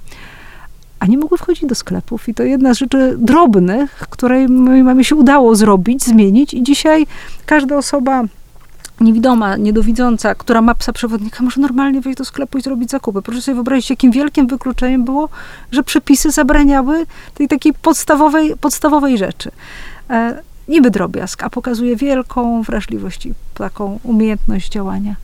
A nie mogły wchodzić do sklepów. I to jedna z rzeczy drobnych, której mojej mamie się udało zrobić, zmienić. I dzisiaj każda osoba niewidoma, niedowidząca, która ma psa przewodnika, może normalnie wejść do sklepu i zrobić zakupy. Proszę sobie wyobrazić, jakim wielkim wykluczeniem było, że przepisy zabraniały tej takiej podstawowej, podstawowej rzeczy. E, niby drobiazg, a pokazuje wielką wrażliwość i taką umiejętność działania.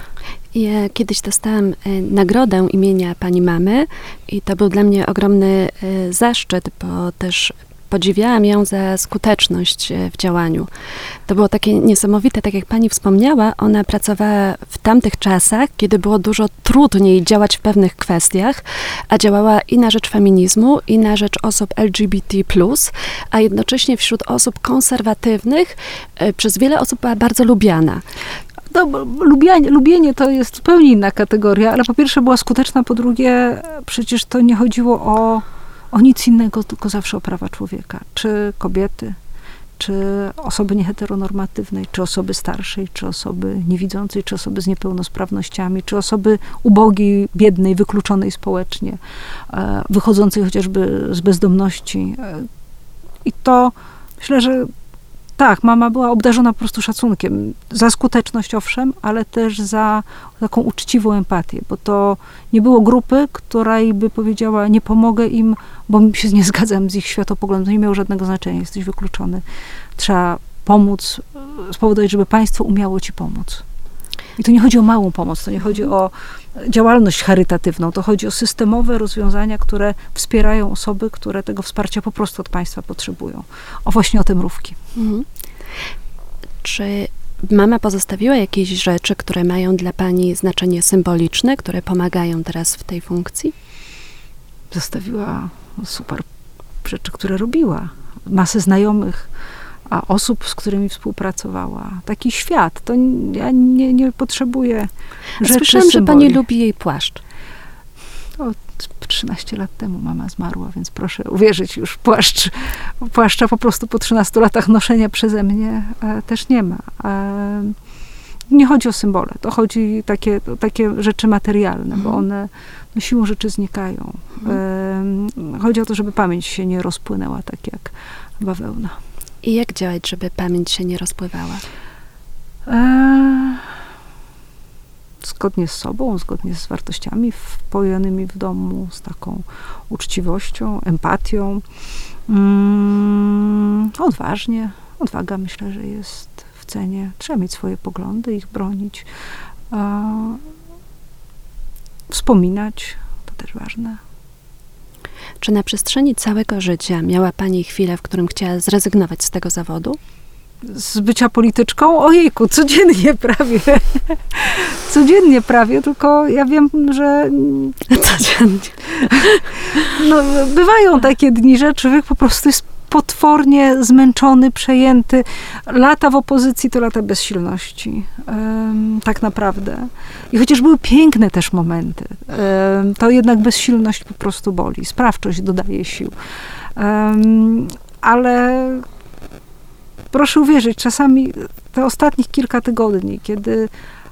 Ja kiedyś dostałam nagrodę imienia pani mamy i to był dla mnie ogromny zaszczyt, bo też podziwiałam ją za skuteczność w działaniu. To było takie niesamowite, tak jak pani wspomniała, ona pracowała w tamtych czasach, kiedy było dużo trudniej działać w pewnych kwestiach, a działała i na rzecz feminizmu, i na rzecz osób L G B T plus, a jednocześnie wśród osób konserwatywnych przez wiele osób była bardzo lubiana. No, lubienie, lubienie to jest zupełnie inna kategoria, ale po pierwsze była skuteczna, po drugie przecież to nie chodziło o, o nic innego, tylko zawsze o prawa człowieka. Czy kobiety, czy osoby nieheteronormatywnej, czy osoby starszej, czy osoby niewidzącej, czy osoby z niepełnosprawnościami, czy osoby ubogiej, biednej, wykluczonej społecznie, wychodzącej chociażby z bezdomności. I to myślę, że tak, mama była obdarzona po prostu szacunkiem. Za skuteczność owszem, ale też za taką uczciwą empatię, bo to nie było grupy, której by powiedziała, nie pomogę im, bo się nie zgadzam z ich światopoglądem. To nie miało żadnego znaczenia, jesteś wykluczony. Trzeba pomóc, spowodować, żeby państwo umiało ci pomóc. I to nie chodzi o małą pomoc, to nie chodzi o działalność charytatywną, to chodzi o systemowe rozwiązania, które wspierają osoby, które tego wsparcia po prostu od państwa potrzebują. O właśnie o te mrówki. Mhm. Czy mama pozostawiła jakieś rzeczy, które mają dla pani znaczenie symboliczne, które pomagają teraz w tej funkcji? Zostawiła super rzeczy, które robiła. Masę znajomych, a osób, z którymi współpracowała. Taki świat. To ja nie, nie potrzebuję rzeczy, Słyszałam, że pani lubi jej płaszcz. O, trzynaście lat temu mama zmarła, więc proszę uwierzyć, już płaszcz, płaszcza po prostu po trzynastu latach noszenia przeze mnie e, też nie ma. E, nie chodzi o symbole, to chodzi takie, to, takie rzeczy materialne, mhm. bo one no, siłą rzeczy znikają. Mhm. E, chodzi o to, żeby pamięć się nie rozpłynęła tak jak bawełna. I jak działać, żeby pamięć się nie rozpływała? E, zgodnie z sobą, zgodnie z wartościami wpojonymi w domu, z taką uczciwością, empatią. Mm, odważnie. Odwaga myślę, że jest w cenie. Trzeba mieć swoje poglądy, ich bronić. E, wspominać, to też ważne. Czy na przestrzeni całego życia miała pani chwilę, w którym chciała zrezygnować z tego zawodu? Z bycia polityczką? Ojejku, codziennie prawie. Codziennie prawie, tylko ja wiem, że... Codziennie. No, bywają takie dni, że człowiek po prostu jest potwornie zmęczony, przejęty. Lata w opozycji to lata bezsilności. Um, tak naprawdę. I chociaż były piękne też momenty, um, to jednak bezsilność po prostu boli. Sprawczość dodaje sił. Um, ale proszę uwierzyć, czasami te ostatnich kilka tygodni, kiedy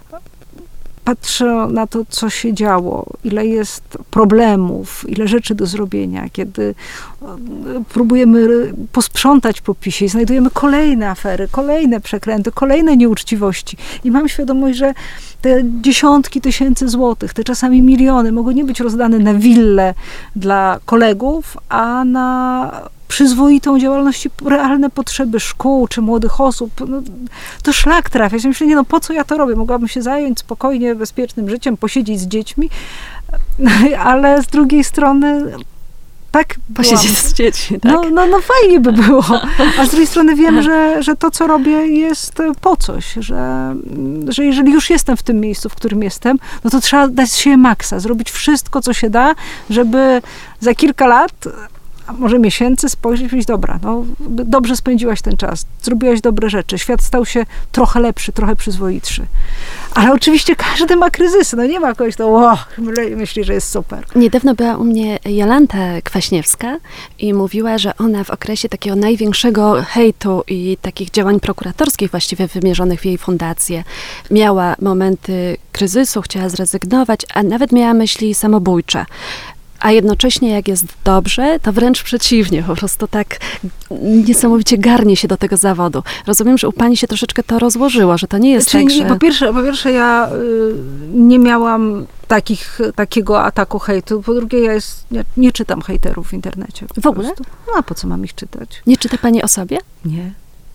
patrzę na to, co się działo, ile jest problemów, ile rzeczy do zrobienia, kiedy próbujemy posprzątać po PiSie i znajdujemy kolejne afery, kolejne przekręty, kolejne nieuczciwości. I mam świadomość, że te dziesiątki tysięcy złotych, te czasami miliony mogą nie być rozdane na willę dla kolegów, a na przyzwoitą działalność i realne potrzeby szkół czy młodych osób, no, to szlak trafia. Ja myślę, nie no, po co ja to robię? Mogłabym się zająć spokojnie, bezpiecznym życiem, posiedzieć z dziećmi, ale z drugiej strony tak posiedzieć byłam. z dziećmi, tak? No, no, no fajnie by było. A z drugiej strony wiem, że, że to, co robię, jest po coś, że, że jeżeli już jestem w tym miejscu, w którym jestem, no to trzeba dać się maksa, zrobić wszystko, co się da, żeby za kilka lat, a może miesięcy spojrzeć i powiedzieć, dobra, no dobrze spędziłaś ten czas, zrobiłaś dobre rzeczy, świat stał się trochę lepszy, trochę przyzwoitszy. Ale oczywiście każdy ma kryzysy, no nie ma kogoś, to wow, myśli, że jest super. Niedawno była u mnie Jolanta Kwaśniewska i mówiła, że ona w okresie takiego największego hejtu i takich działań prokuratorskich właściwie wymierzonych w jej fundację miała momenty kryzysu, chciała zrezygnować, a nawet miała myśli samobójcze. A jednocześnie jak jest dobrze, to wręcz przeciwnie, po prostu tak niesamowicie garnie się do tego zawodu. Rozumiem, że u pani się troszeczkę to rozłożyło, że to nie jest Czyli tak, że... Po pierwsze, po pierwsze ja y, nie miałam takich, takiego ataku hejtu. Po drugie, ja jest, nie, nie czytam hejterów w internecie. W ogóle? Prostu. No a po co mam ich czytać? Nie czyta pani o sobie? Nie.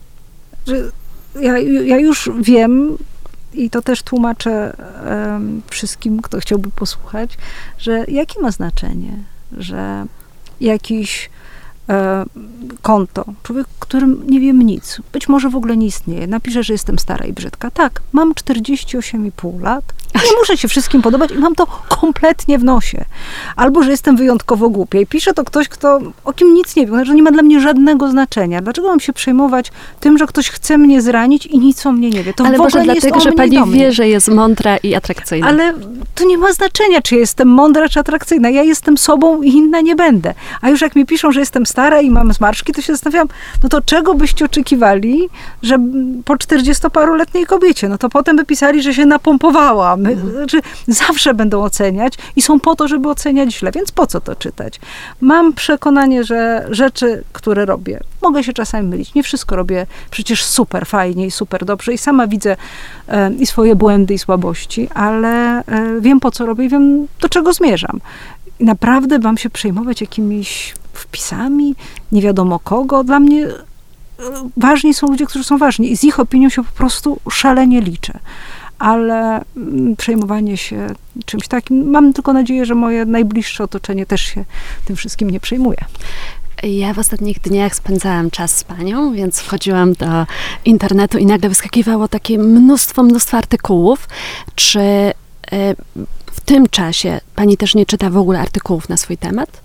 Że ja, ja już wiem, i to też tłumaczę um, wszystkim, kto chciałby posłuchać, że jakie ma znaczenie, że jakiś e, konto, człowiek, którym nie wiem nic, być może w ogóle nie istnieje, napisze, że jestem stara i brzydka. Tak, mam czterdzieści osiem i pół lat, nie muszę się wszystkim podobać i mam to kompletnie w nosie. Albo, że jestem wyjątkowo głupia i pisze to ktoś, kto o kim nic nie wie, że nie ma dla mnie żadnego znaczenia. Dlaczego mam się przejmować tym, że ktoś chce mnie zranić i nic o mnie nie wie? To Ale w może ogóle dlatego, że pani wie, że jest mądra i atrakcyjna. Ale to nie ma znaczenia, czy jestem mądra, czy atrakcyjna. Ja jestem sobą i inna nie będę. A już jak mi piszą, że jestem stara i mam zmarszczki, to się zastanawiam, no to czego byście oczekiwali, że po czterdziestoparoletniej kobiecie? No to potem by pisali, że się napompowałam, oceniamy. Mhm. Znaczy, zawsze będą oceniać i są po to, żeby oceniać źle, więc po co to czytać? Mam przekonanie, że rzeczy, które robię, mogę się czasami mylić. Nie wszystko robię przecież super fajnie i super dobrze i sama widzę e, i swoje błędy i słabości, ale e, wiem, po co robię i wiem, do czego zmierzam. I naprawdę mam się przejmować jakimiś wpisami, nie wiadomo kogo. Dla mnie ważni są ludzie, którzy są ważni i z ich opinią się po prostu szalenie liczę. Ale przejmowanie się czymś takim, mam tylko nadzieję, że moje najbliższe otoczenie też się tym wszystkim nie przejmuje. Ja w ostatnich dniach spędzałam czas z panią, więc wchodziłam do internetu i nagle wyskakiwało takie mnóstwo, mnóstwo artykułów. Czy w tym czasie pani też nie czyta w ogóle artykułów na swój temat?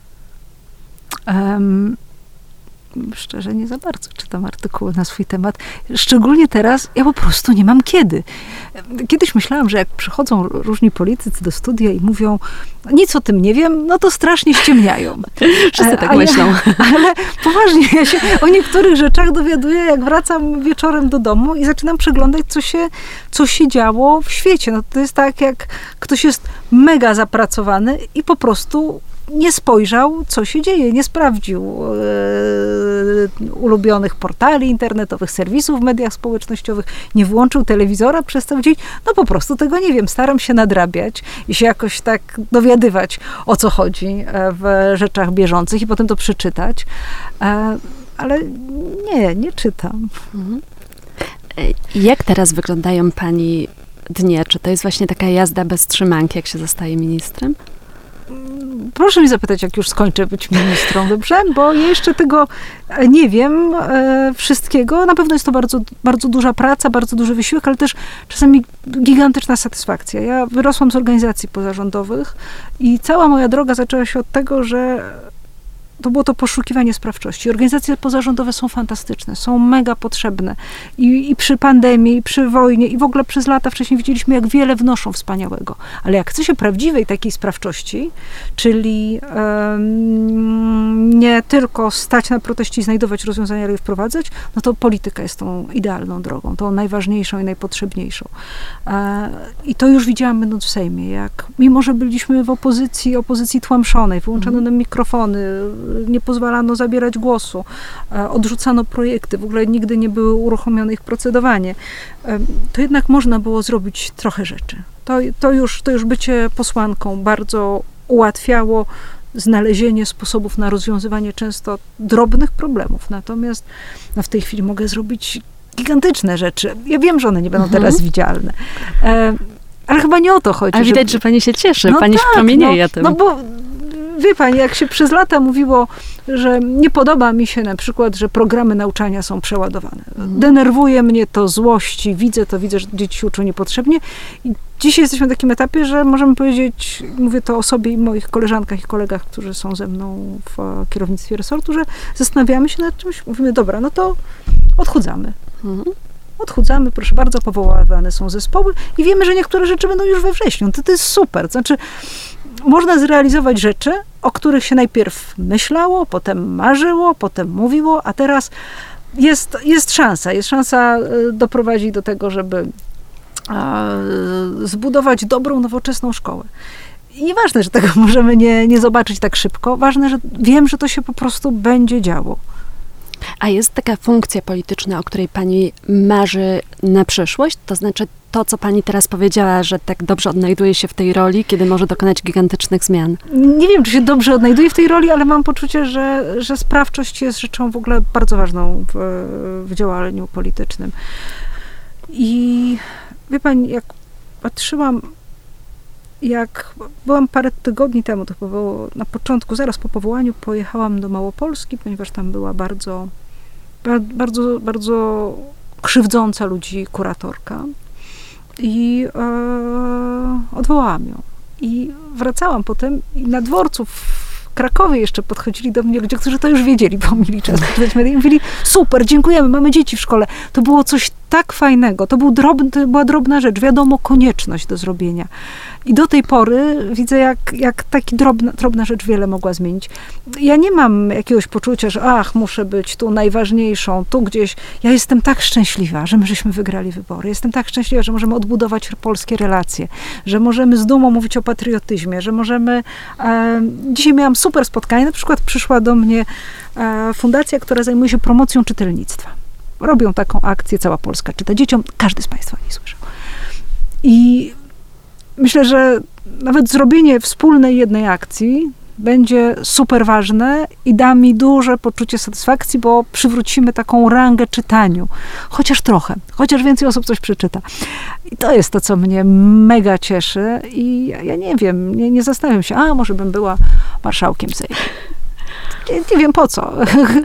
Um, szczerze, nie za bardzo czytam artykuły na swój temat. Szczególnie teraz ja po prostu nie mam kiedy. Kiedyś myślałam, że jak przychodzą różni politycy do studia i mówią, nic o tym nie wiem, no to strasznie ściemniają. Wszyscy tak a myślą. Ja, ale poważnie, ja się o niektórych rzeczach dowiaduję, jak wracam wieczorem do domu i zaczynam przeglądać, co się, co się działo w świecie. No to jest tak, jak ktoś jest mega zapracowany i po prostu nie spojrzał, co się dzieje, nie sprawdził e, ulubionych portali internetowych, serwisów w mediach społecznościowych, nie włączył telewizora przez cały dzień. No po prostu tego nie wiem. Staram się nadrabiać i się jakoś tak dowiadywać, o co chodzi w rzeczach bieżących i potem to przeczytać. E, ale nie, nie czytam. Mhm. Jak teraz wyglądają pani dnie? Czy to jest właśnie taka jazda bez trzymanki, jak się zostaje ministrem? Proszę mi zapytać, jak już skończę być ministrą, dobrze? Bo ja jeszcze tego nie wiem e, wszystkiego. Na pewno jest to bardzo, bardzo duża praca, bardzo duży wysiłek, ale też czasami gigantyczna satysfakcja. Ja wyrosłam z organizacji pozarządowych i cała moja droga zaczęła się od tego, że to było to poszukiwanie sprawczości. Organizacje pozarządowe są fantastyczne, są mega potrzebne. I, I przy pandemii, i przy wojnie, i w ogóle przez lata wcześniej widzieliśmy, jak wiele wnoszą wspaniałego. Ale jak chce się prawdziwej takiej sprawczości, czyli um, nie tylko stać na proteście i znajdować rozwiązania, ale je wprowadzać, no to polityka jest tą idealną drogą, tą najważniejszą i najpotrzebniejszą. E, I to już widziałam, będąc w Sejmie, jak mimo, że byliśmy w opozycji, opozycji tłamszonej, wyłączano nam mikrofony, nie pozwalano zabierać głosu, odrzucano projekty, w ogóle nigdy nie były uruchomione ich procedowanie, to jednak można było zrobić trochę rzeczy. To, to, już, to już bycie posłanką bardzo ułatwiało znalezienie sposobów na rozwiązywanie często drobnych problemów. Natomiast no, w tej chwili mogę zrobić gigantyczne rzeczy. Ja wiem, że one nie będą mhm. teraz widzialne. Ale chyba nie o to chodzi. A widać, żeby... że pani się cieszy, no pani tak, promienieje no, tym. No bo wie pani, jak się przez lata mówiło, że nie podoba mi się na przykład, że programy nauczania są przeładowane. Mhm. Denerwuje mnie to, złości, widzę to, widzę, że dzieci się uczą niepotrzebnie. I dzisiaj jesteśmy na takim etapie, że możemy powiedzieć, mówię to o sobie i moich koleżankach i kolegach, którzy są ze mną w kierownictwie resortu, że zastanawiamy się nad czymś, mówimy, dobra, no to odchudzamy. Mhm. Odchudzamy, proszę bardzo, powoływane są zespoły i wiemy, że niektóre rzeczy będą już we wrześniu. To, to jest super. To znaczy, można zrealizować rzeczy, o których się najpierw myślało, potem marzyło, potem mówiło, a teraz jest, jest szansa. Jest szansa doprowadzić do tego, żeby zbudować dobrą, nowoczesną szkołę. I nieważne, że tego możemy nie, nie zobaczyć tak szybko. Ważne, że wiem, że to się po prostu będzie działo. A jest taka funkcja polityczna, o której pani marzy na przyszłość? To znaczy to, co pani teraz powiedziała, że tak dobrze odnajduje się w tej roli, kiedy może dokonać gigantycznych zmian? Nie wiem, czy się dobrze odnajduje w tej roli, ale mam poczucie, że, że sprawczość jest rzeczą w ogóle bardzo ważną w, w działaniu politycznym. I wie pani, jak patrzyłam, jak byłam parę tygodni temu, to było na początku, zaraz po powołaniu, pojechałam do Małopolski, ponieważ tam była bardzo, bardzo, bardzo krzywdząca ludzi kuratorka i e, odwołałam ją. I wracałam potem i na dworcu w Krakowie jeszcze podchodzili do mnie ludzie, którzy to już wiedzieli, bo mieli czas. I mówili, super, dziękujemy, mamy dzieci w szkole. To było coś tak fajnego. To, był drobny, to była drobna rzecz, wiadomo, konieczność do zrobienia. I do tej pory widzę, jak, jak taka drobna, drobna rzecz wiele mogła zmienić. Ja nie mam jakiegoś poczucia, że ach, muszę być tu najważniejszą, tu gdzieś. Ja jestem tak szczęśliwa, że my żeśmy wygrali wybory. Jestem tak szczęśliwa, że możemy odbudować polskie relacje, że możemy z dumą mówić o patriotyzmie, że możemy... E, dzisiaj miałam super spotkanie, na przykład przyszła do mnie e, fundacja, która zajmuje się promocją czytelnictwa. Robią taką akcję, cała Polska czyta dzieciom, każdy z Państwa nie słyszał. I myślę, że nawet zrobienie wspólnej jednej akcji będzie super ważne i da mi duże poczucie satysfakcji, bo przywrócimy taką rangę czytaniu. Chociaż trochę, chociaż więcej osób coś przeczyta. I to jest to, co mnie mega cieszy i ja, ja nie wiem, nie, nie zastanawiam się, a może bym była marszałkiem Sejmu. Nie, nie wiem po co.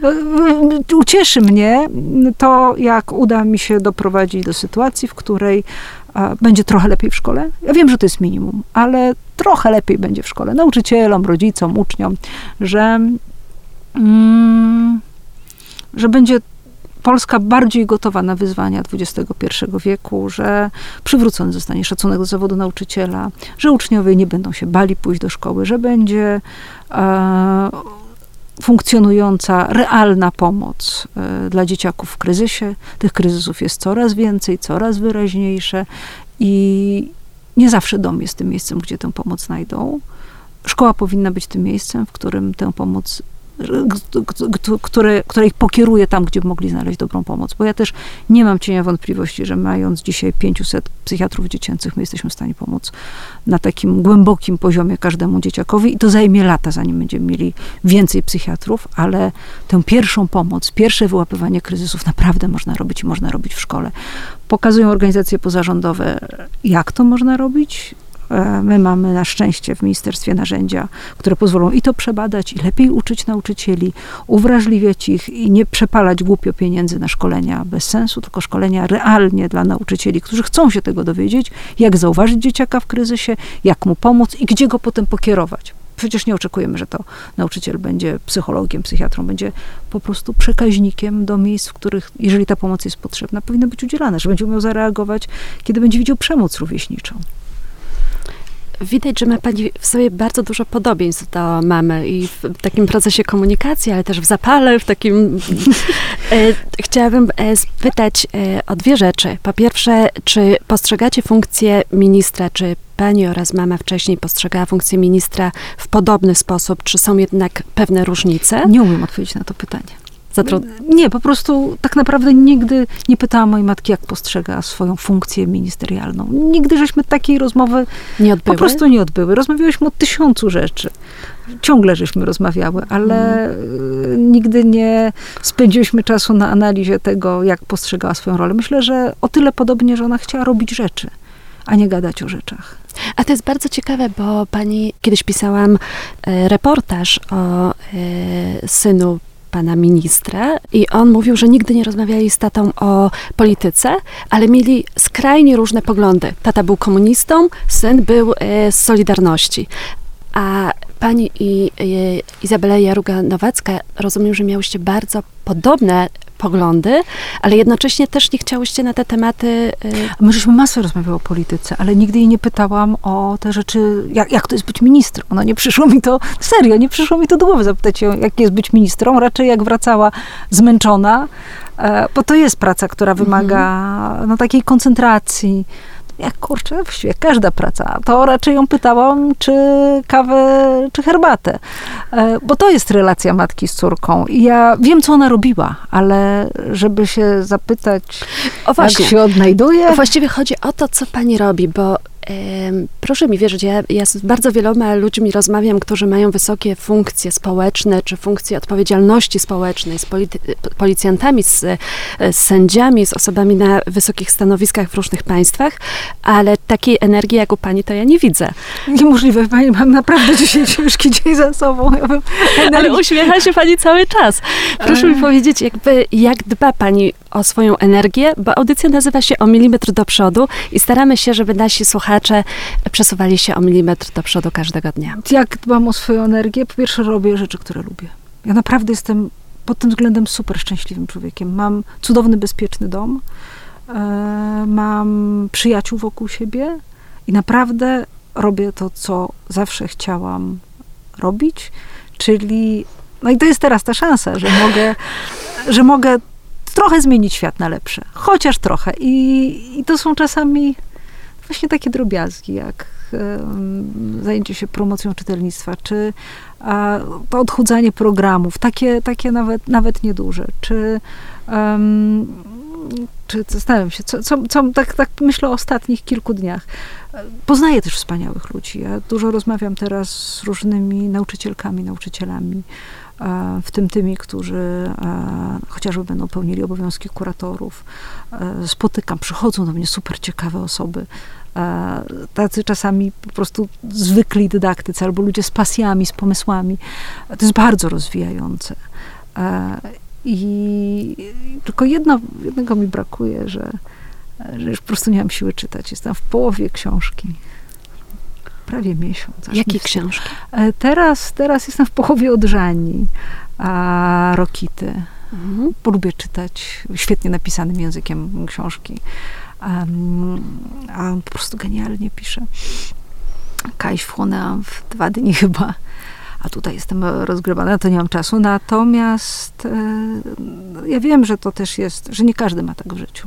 Ucieszy mnie to, jak uda mi się doprowadzić do sytuacji, w której a, będzie trochę lepiej w szkole. Ja wiem, że to jest minimum, ale trochę lepiej będzie w szkole. Nauczycielom, rodzicom, uczniom, że, mm, że będzie Polska bardziej gotowa na wyzwania dwudziestego pierwszego wieku, że przywrócony zostanie szacunek do zawodu nauczyciela, że uczniowie nie będą się bali pójść do szkoły, że będzie e, funkcjonująca, realna pomoc y, dla dzieciaków w kryzysie. Tych kryzysów jest coraz więcej, coraz wyraźniejsze i nie zawsze dom jest tym miejscem, gdzie tę pomoc znajdą. Szkoła powinna być tym miejscem, w którym tę pomoc, które, które ich pokieruje tam, gdzie mogli znaleźć dobrą pomoc. Bo ja też nie mam cienia wątpliwości, że mając dzisiaj pięciuset psychiatrów dziecięcych, my jesteśmy w stanie pomóc na takim głębokim poziomie każdemu dzieciakowi i to zajmie lata, zanim będziemy mieli więcej psychiatrów, ale tę pierwszą pomoc, pierwsze wyłapywanie kryzysów naprawdę można robić i można robić w szkole. Pokazują organizacje pozarządowe, jak to można robić. My mamy na szczęście w ministerstwie narzędzia, które pozwolą i to przebadać, i lepiej uczyć nauczycieli, uwrażliwiać ich i nie przepalać głupio pieniędzy na szkolenia bez sensu, tylko szkolenia realnie dla nauczycieli, którzy chcą się tego dowiedzieć, jak zauważyć dzieciaka w kryzysie, jak mu pomóc i gdzie go potem pokierować. Przecież nie oczekujemy, że to nauczyciel będzie psychologiem, psychiatrą, będzie po prostu przekaźnikiem do miejsc, w których, jeżeli ta pomoc jest potrzebna, powinna być udzielana, że będzie umiał zareagować, kiedy będzie widział przemoc rówieśniczą. Widać, że ma pani w sobie bardzo dużo podobieństw do mamy i w takim procesie komunikacji, ale też w zapale, w takim... e, chciałabym e, spytać e, o dwie rzeczy. Po pierwsze, czy postrzegacie funkcję ministra, czy pani oraz mama wcześniej postrzegała funkcję ministra w podobny sposób, czy są jednak pewne różnice? Nie umiem odpowiedzieć na to pytanie. Za trudne. Nie, po prostu tak naprawdę nigdy nie pytałam mojej matki, jak postrzega swoją funkcję ministerialną. Nigdy żeśmy takiej rozmowy nie odbyły? Po prostu nie odbyły. Rozmawiałyśmy o tysiącu rzeczy. Ciągle żeśmy rozmawiały, ale hmm. nigdy nie spędziłyśmy czasu na analizie tego, jak postrzegała swoją rolę. Myślę, że o tyle podobnie, że ona chciała robić rzeczy, a nie gadać o rzeczach. A to jest bardzo ciekawe, bo pani, kiedyś pisałam e, reportaż o e, synu pana ministra i on mówił, że nigdy nie rozmawiali z tatą o polityce, ale mieli skrajnie różne poglądy. Tata był komunistą, syn był e, z Solidarności. A pani i e, Izabela Jaruga-Nowacka, rozumiem, że miałyście bardzo podobne poglądy, ale jednocześnie też nie chciałyście na te tematy... Y... My żeśmy masę rozmawiały o polityce, ale nigdy jej nie pytałam o te rzeczy, jak, jak to jest być ministrą. Ona nie przyszło mi to, serio, nie przyszło mi to do głowy zapytać ją, jak jest być ministrą. Raczej jak wracała zmęczona, bo to jest praca, która wymaga mhm. no, takiej koncentracji. Jak kurczę, właściwie każda praca, to raczej ją pytałam, czy kawę, czy herbatę. Bo to jest relacja matki z córką. I ja wiem, co ona robiła, ale żeby się zapytać, o właśnie, jak się odnajduje. Właściwie chodzi o to, co pani robi, bo proszę mi wierzyć, ja, ja z bardzo wieloma ludźmi rozmawiam, którzy mają wysokie funkcje społeczne, czy funkcje odpowiedzialności społecznej, z polity- policjantami, z, z sędziami, z osobami na wysokich stanowiskach w różnych państwach, ale takiej energii jak u pani to ja nie widzę. Niemożliwe, pani, mam naprawdę dzisiaj ciężki dzień za sobą. Ja bym energii... Ale uśmiecha się pani cały czas. Proszę mi powiedzieć, jakby, jak dba pani o swoją energię, bo audycja nazywa się O milimetr do przodu i staramy się, żeby nasi słuchacze przesuwali się o milimetr do przodu każdego dnia. Jak dbam o swoją energię? Po pierwsze robię rzeczy, które lubię. Ja naprawdę jestem pod tym względem super szczęśliwym człowiekiem. Mam cudowny, bezpieczny dom. mam przyjaciół wokół siebie i naprawdę robię to, co zawsze chciałam robić, czyli, no i to jest teraz ta szansa, że mogę, że mogę trochę zmienić świat na lepsze. Chociaż trochę. I, i to są czasami właśnie takie drobiazgi, jak um, zajęcie się promocją czytelnictwa, czy a, to odchudzanie programów, takie, takie nawet, nawet nieduże, czy um, czy zastanawiam się, co, co, co tak, tak myślę o ostatnich kilku dniach. Poznaję też wspaniałych ludzi. Ja dużo rozmawiam teraz z różnymi nauczycielkami, nauczycielami, w tym tymi, którzy chociażby będą pełnili obowiązki kuratorów. Spotykam, przychodzą do mnie super ciekawe osoby, tacy czasami po prostu zwykli dydaktycy, albo ludzie z pasjami, z pomysłami. To jest bardzo rozwijające. I tylko jedno, jednego mi brakuje, że, że już po prostu nie mam siły czytać. Jestem w połowie książki. Prawie miesiąc. Jakie książki? Teraz, teraz jestem w połowie Odżani, a Rokity. Mhm. Lubię czytać świetnie napisanym językiem książki. Um, a on po prostu genialnie pisze. Kajś wchłonęłam w dwa dni chyba. A tutaj jestem rozgrywana, to nie mam czasu. Natomiast e, ja wiem, że to też jest, że nie każdy ma tak w życiu.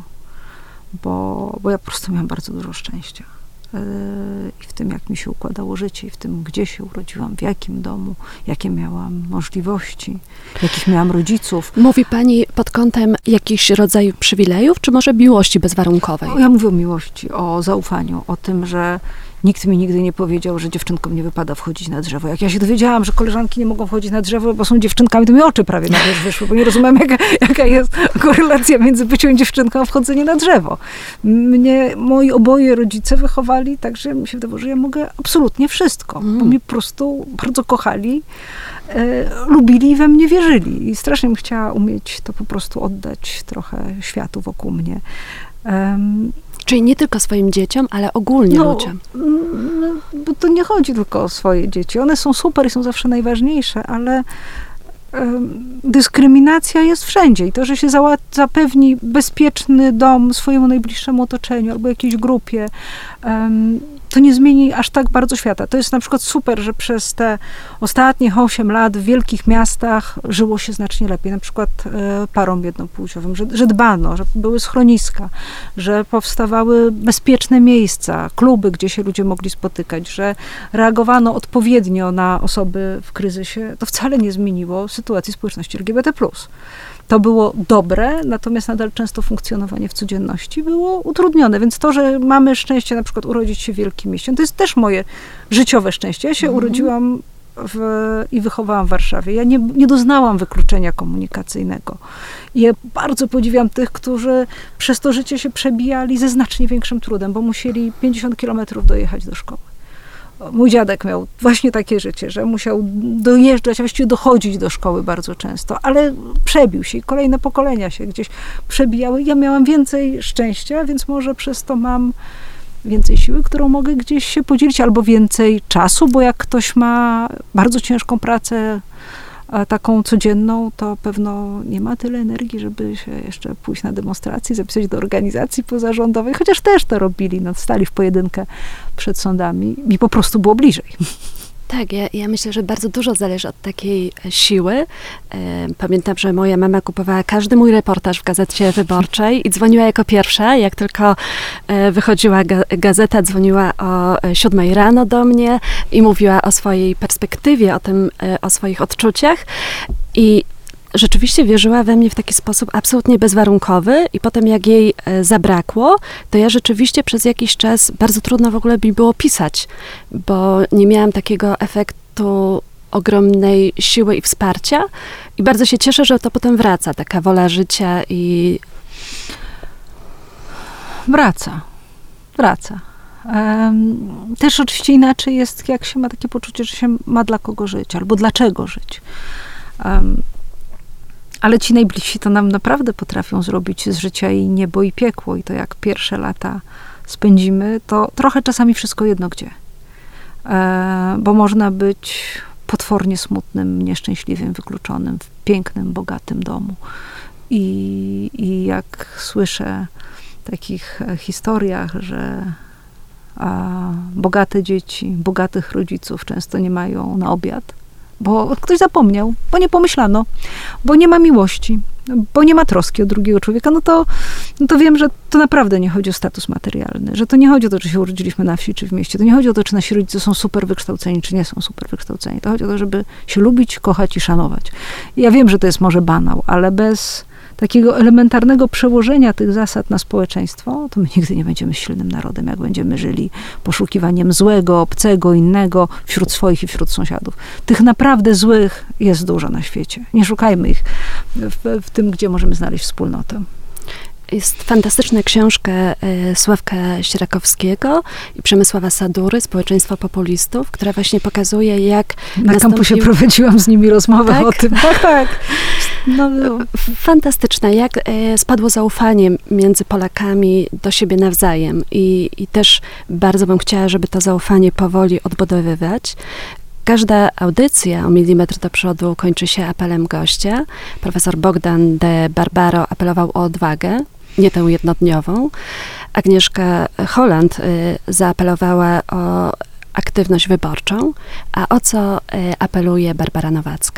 Bo, bo ja po prostu miałam bardzo dużo szczęścia. E, I w tym, jak mi się układało życie, i w tym, gdzie się urodziłam, w jakim domu, jakie miałam możliwości, jakich miałam rodziców. Mówi pani pod kątem jakichś rodzajów przywilejów, czy może miłości bezwarunkowej? Ja mówię o miłości, o zaufaniu, o tym, że nikt mi nigdy nie powiedział, że dziewczynkom nie wypada wchodzić na drzewo. Jak ja się dowiedziałam, że koleżanki nie mogą wchodzić na drzewo, bo są dziewczynkami, to mi oczy prawie na wierzch wyszły, bo nie rozumiem, jaka, jaka jest korelacja między byciem dziewczynką a wchodzeniem na drzewo. Mnie moi oboje rodzice wychowali tak, że mi się wydawało, że ja mogę absolutnie wszystko, mm. bo mnie po prostu bardzo kochali, e, lubili i we mnie wierzyli. I strasznie bym chciała umieć to po prostu oddać trochę światu wokół mnie. Um, Czyli nie tylko swoim dzieciom, ale ogólnie no, ludziom. No, bo to nie chodzi tylko o swoje dzieci. One są super i są zawsze najważniejsze, ale um, dyskryminacja jest wszędzie. I to, że się zała- zapewni bezpieczny dom swojemu najbliższemu otoczeniu albo jakiejś grupie, um, to nie zmieni aż tak bardzo świata. To jest na przykład super, że przez te ostatnich osiem lat w wielkich miastach żyło się znacznie lepiej. Na przykład e, parom jednopłciowym, że, że dbano, że były schroniska, że powstawały bezpieczne miejsca, kluby, gdzie się ludzie mogli spotykać, że reagowano odpowiednio na osoby w kryzysie. To wcale nie zmieniło sytuacji społeczności L G B T plus. To było dobre, natomiast nadal często funkcjonowanie w codzienności było utrudnione, więc to, że mamy szczęście na przykład urodzić się w wielkim mieście, to jest też moje życiowe szczęście. Ja się mhm. urodziłam w, i wychowałam w Warszawie. Ja nie, nie doznałam wykluczenia komunikacyjnego. I ja bardzo podziwiam tych, którzy przez to życie się przebijali ze znacznie większym trudem, bo musieli pięćdziesiąt kilometrów dojechać do szkoły. Mój dziadek miał właśnie takie życie, że musiał dojeżdżać, a właściwie dochodzić do szkoły bardzo często, ale przebił się i kolejne pokolenia się gdzieś przebijały. Ja miałam więcej szczęścia, więc może przez to mam więcej siły, którą mogę gdzieś się podzielić, albo więcej czasu, bo jak ktoś ma bardzo ciężką pracę, taką codzienną, to pewno nie ma tyle energii, żeby się jeszcze pójść na demonstrację, zapisać do organizacji pozarządowej, chociaż też to robili, no, stali w pojedynkę przed sądami. Mi po prostu było bliżej. Tak, ja, ja myślę, że bardzo dużo zależy od takiej siły. Pamiętam, że moja mama kupowała każdy mój reportaż w Gazecie Wyborczej i dzwoniła jako pierwsza. Jak tylko wychodziła gazeta, dzwoniła o siódmej rano do mnie i mówiła o swojej perspektywie, o tym, o swoich odczuciach. I rzeczywiście wierzyła we mnie w taki sposób absolutnie bezwarunkowy i potem jak jej zabrakło, to ja rzeczywiście przez jakiś czas bardzo trudno w ogóle mi było pisać, bo nie miałam takiego efektu ogromnej siły i wsparcia i bardzo się cieszę, że to potem wraca, taka wola życia i... Wraca. Wraca. Um, też oczywiście inaczej jest, jak się ma takie poczucie, że się ma dla kogo żyć, albo dlaczego żyć. Um, Ale ci najbliżsi to nam naprawdę potrafią zrobić z życia i niebo, i piekło. I to jak pierwsze lata spędzimy, to trochę czasami wszystko jedno gdzie. E, bo można być potwornie smutnym, nieszczęśliwym, wykluczonym, w pięknym, bogatym domu. I, i jak słyszę takich historiach, że a, bogate dzieci, bogatych rodziców często nie mają na obiad, bo ktoś zapomniał, bo nie pomyślano, bo nie ma miłości, bo nie ma troski o drugiego człowieka, no to, no to wiem, że to naprawdę nie chodzi o status materialny, że to nie chodzi o to, czy się urodziliśmy na wsi, czy w mieście, to nie chodzi o to, czy nasi rodzice są super wykształceni, czy nie są super wykształceni. To chodzi o to, żeby się lubić, kochać i szanować. I ja wiem, że to jest może banał, ale bez takiego elementarnego przełożenia tych zasad na społeczeństwo, to my nigdy nie będziemy silnym narodem, jak będziemy żyli poszukiwaniem złego, obcego, innego wśród swoich i wśród sąsiadów. Tych naprawdę złych jest dużo na świecie. Nie szukajmy ich w, w tym, gdzie możemy znaleźć wspólnotę. Jest fantastyczna książka y, Sławka Sierakowskiego i Przemysława Sadury, Społeczeństwo populistów, która właśnie pokazuje, jak Na nastąpił... kampusie prowadziłam z nimi rozmowę tak? o tym. Tak, tak. No, no. Fantastyczna, jak y, spadło zaufanie między Polakami do siebie nawzajem i, i też bardzo bym chciała, żeby to zaufanie powoli odbudowywać. Każda audycja o milimetr do przodu kończy się apelem gościa. Profesor Bogdan de Barbaro apelował o odwagę, nie tę jednodniową. Agnieszka Holland y, zaapelowała o aktywność wyborczą. A o co y, apeluje Barbara Nowacka?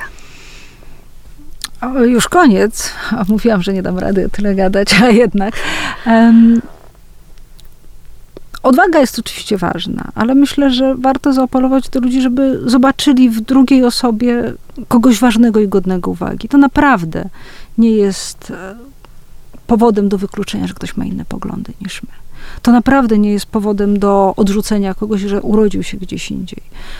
O, już koniec. A mówiłam, że nie dam rady tyle gadać, a jednak... Um, Odwaga jest oczywiście ważna, ale myślę, że warto zaapelować do ludzi, żeby zobaczyli w drugiej osobie kogoś ważnego i godnego uwagi. To naprawdę nie jest powodem do wykluczenia, że ktoś ma inne poglądy niż my. To naprawdę nie jest powodem do odrzucenia kogoś, że urodził się gdzieś indziej.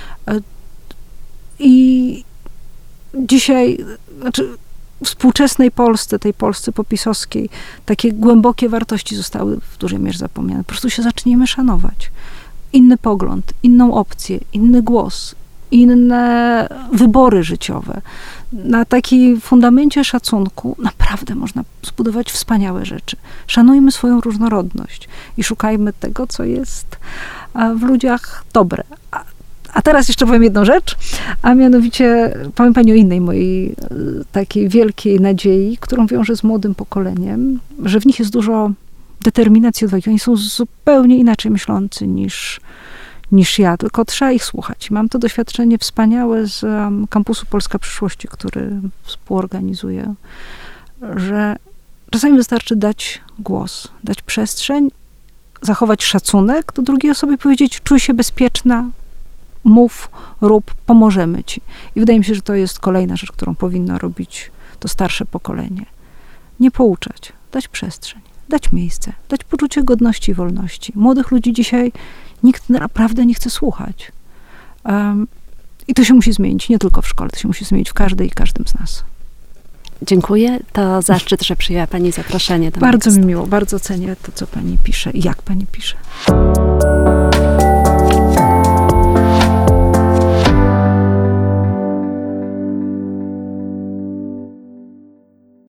I dzisiaj, znaczy w współczesnej Polsce, tej Polsce popisowskiej, takie głębokie wartości zostały w dużej mierze zapomniane. Po prostu się zaczniemy szanować. Inny pogląd, inną opcję, inny głos, inne wybory życiowe. Na takim fundamencie szacunku naprawdę można zbudować wspaniałe rzeczy. Szanujmy swoją różnorodność i szukajmy tego, co jest w ludziach dobre. A teraz jeszcze powiem jedną rzecz, a mianowicie powiem pani o innej mojej takiej wielkiej nadziei, którą wiążę z młodym pokoleniem, że w nich jest dużo determinacji, odwagi. Oni są zupełnie inaczej myślący niż, niż ja, tylko trzeba ich słuchać. Mam to doświadczenie wspaniałe z um, kampusu Polska Przyszłości, który współorganizuję, że czasami wystarczy dać głos, dać przestrzeń, zachować szacunek do drugiej osoby, powiedzieć, czuj się bezpieczna, mów, rób, pomożemy ci. I wydaje mi się, że to jest kolejna rzecz, którą powinno robić to starsze pokolenie. Nie pouczać, dać przestrzeń, dać miejsce, dać poczucie godności i wolności. Młodych ludzi dzisiaj nikt naprawdę nie chce słuchać. Um, I to się musi zmienić, nie tylko w szkole, to się musi zmienić w każdej i każdym z nas. Dziękuję. To zaszczyt, że przyjęła pani zaproszenie do Bardzo mnie. mi miło, bardzo cenię to, co pani pisze i jak pani pisze.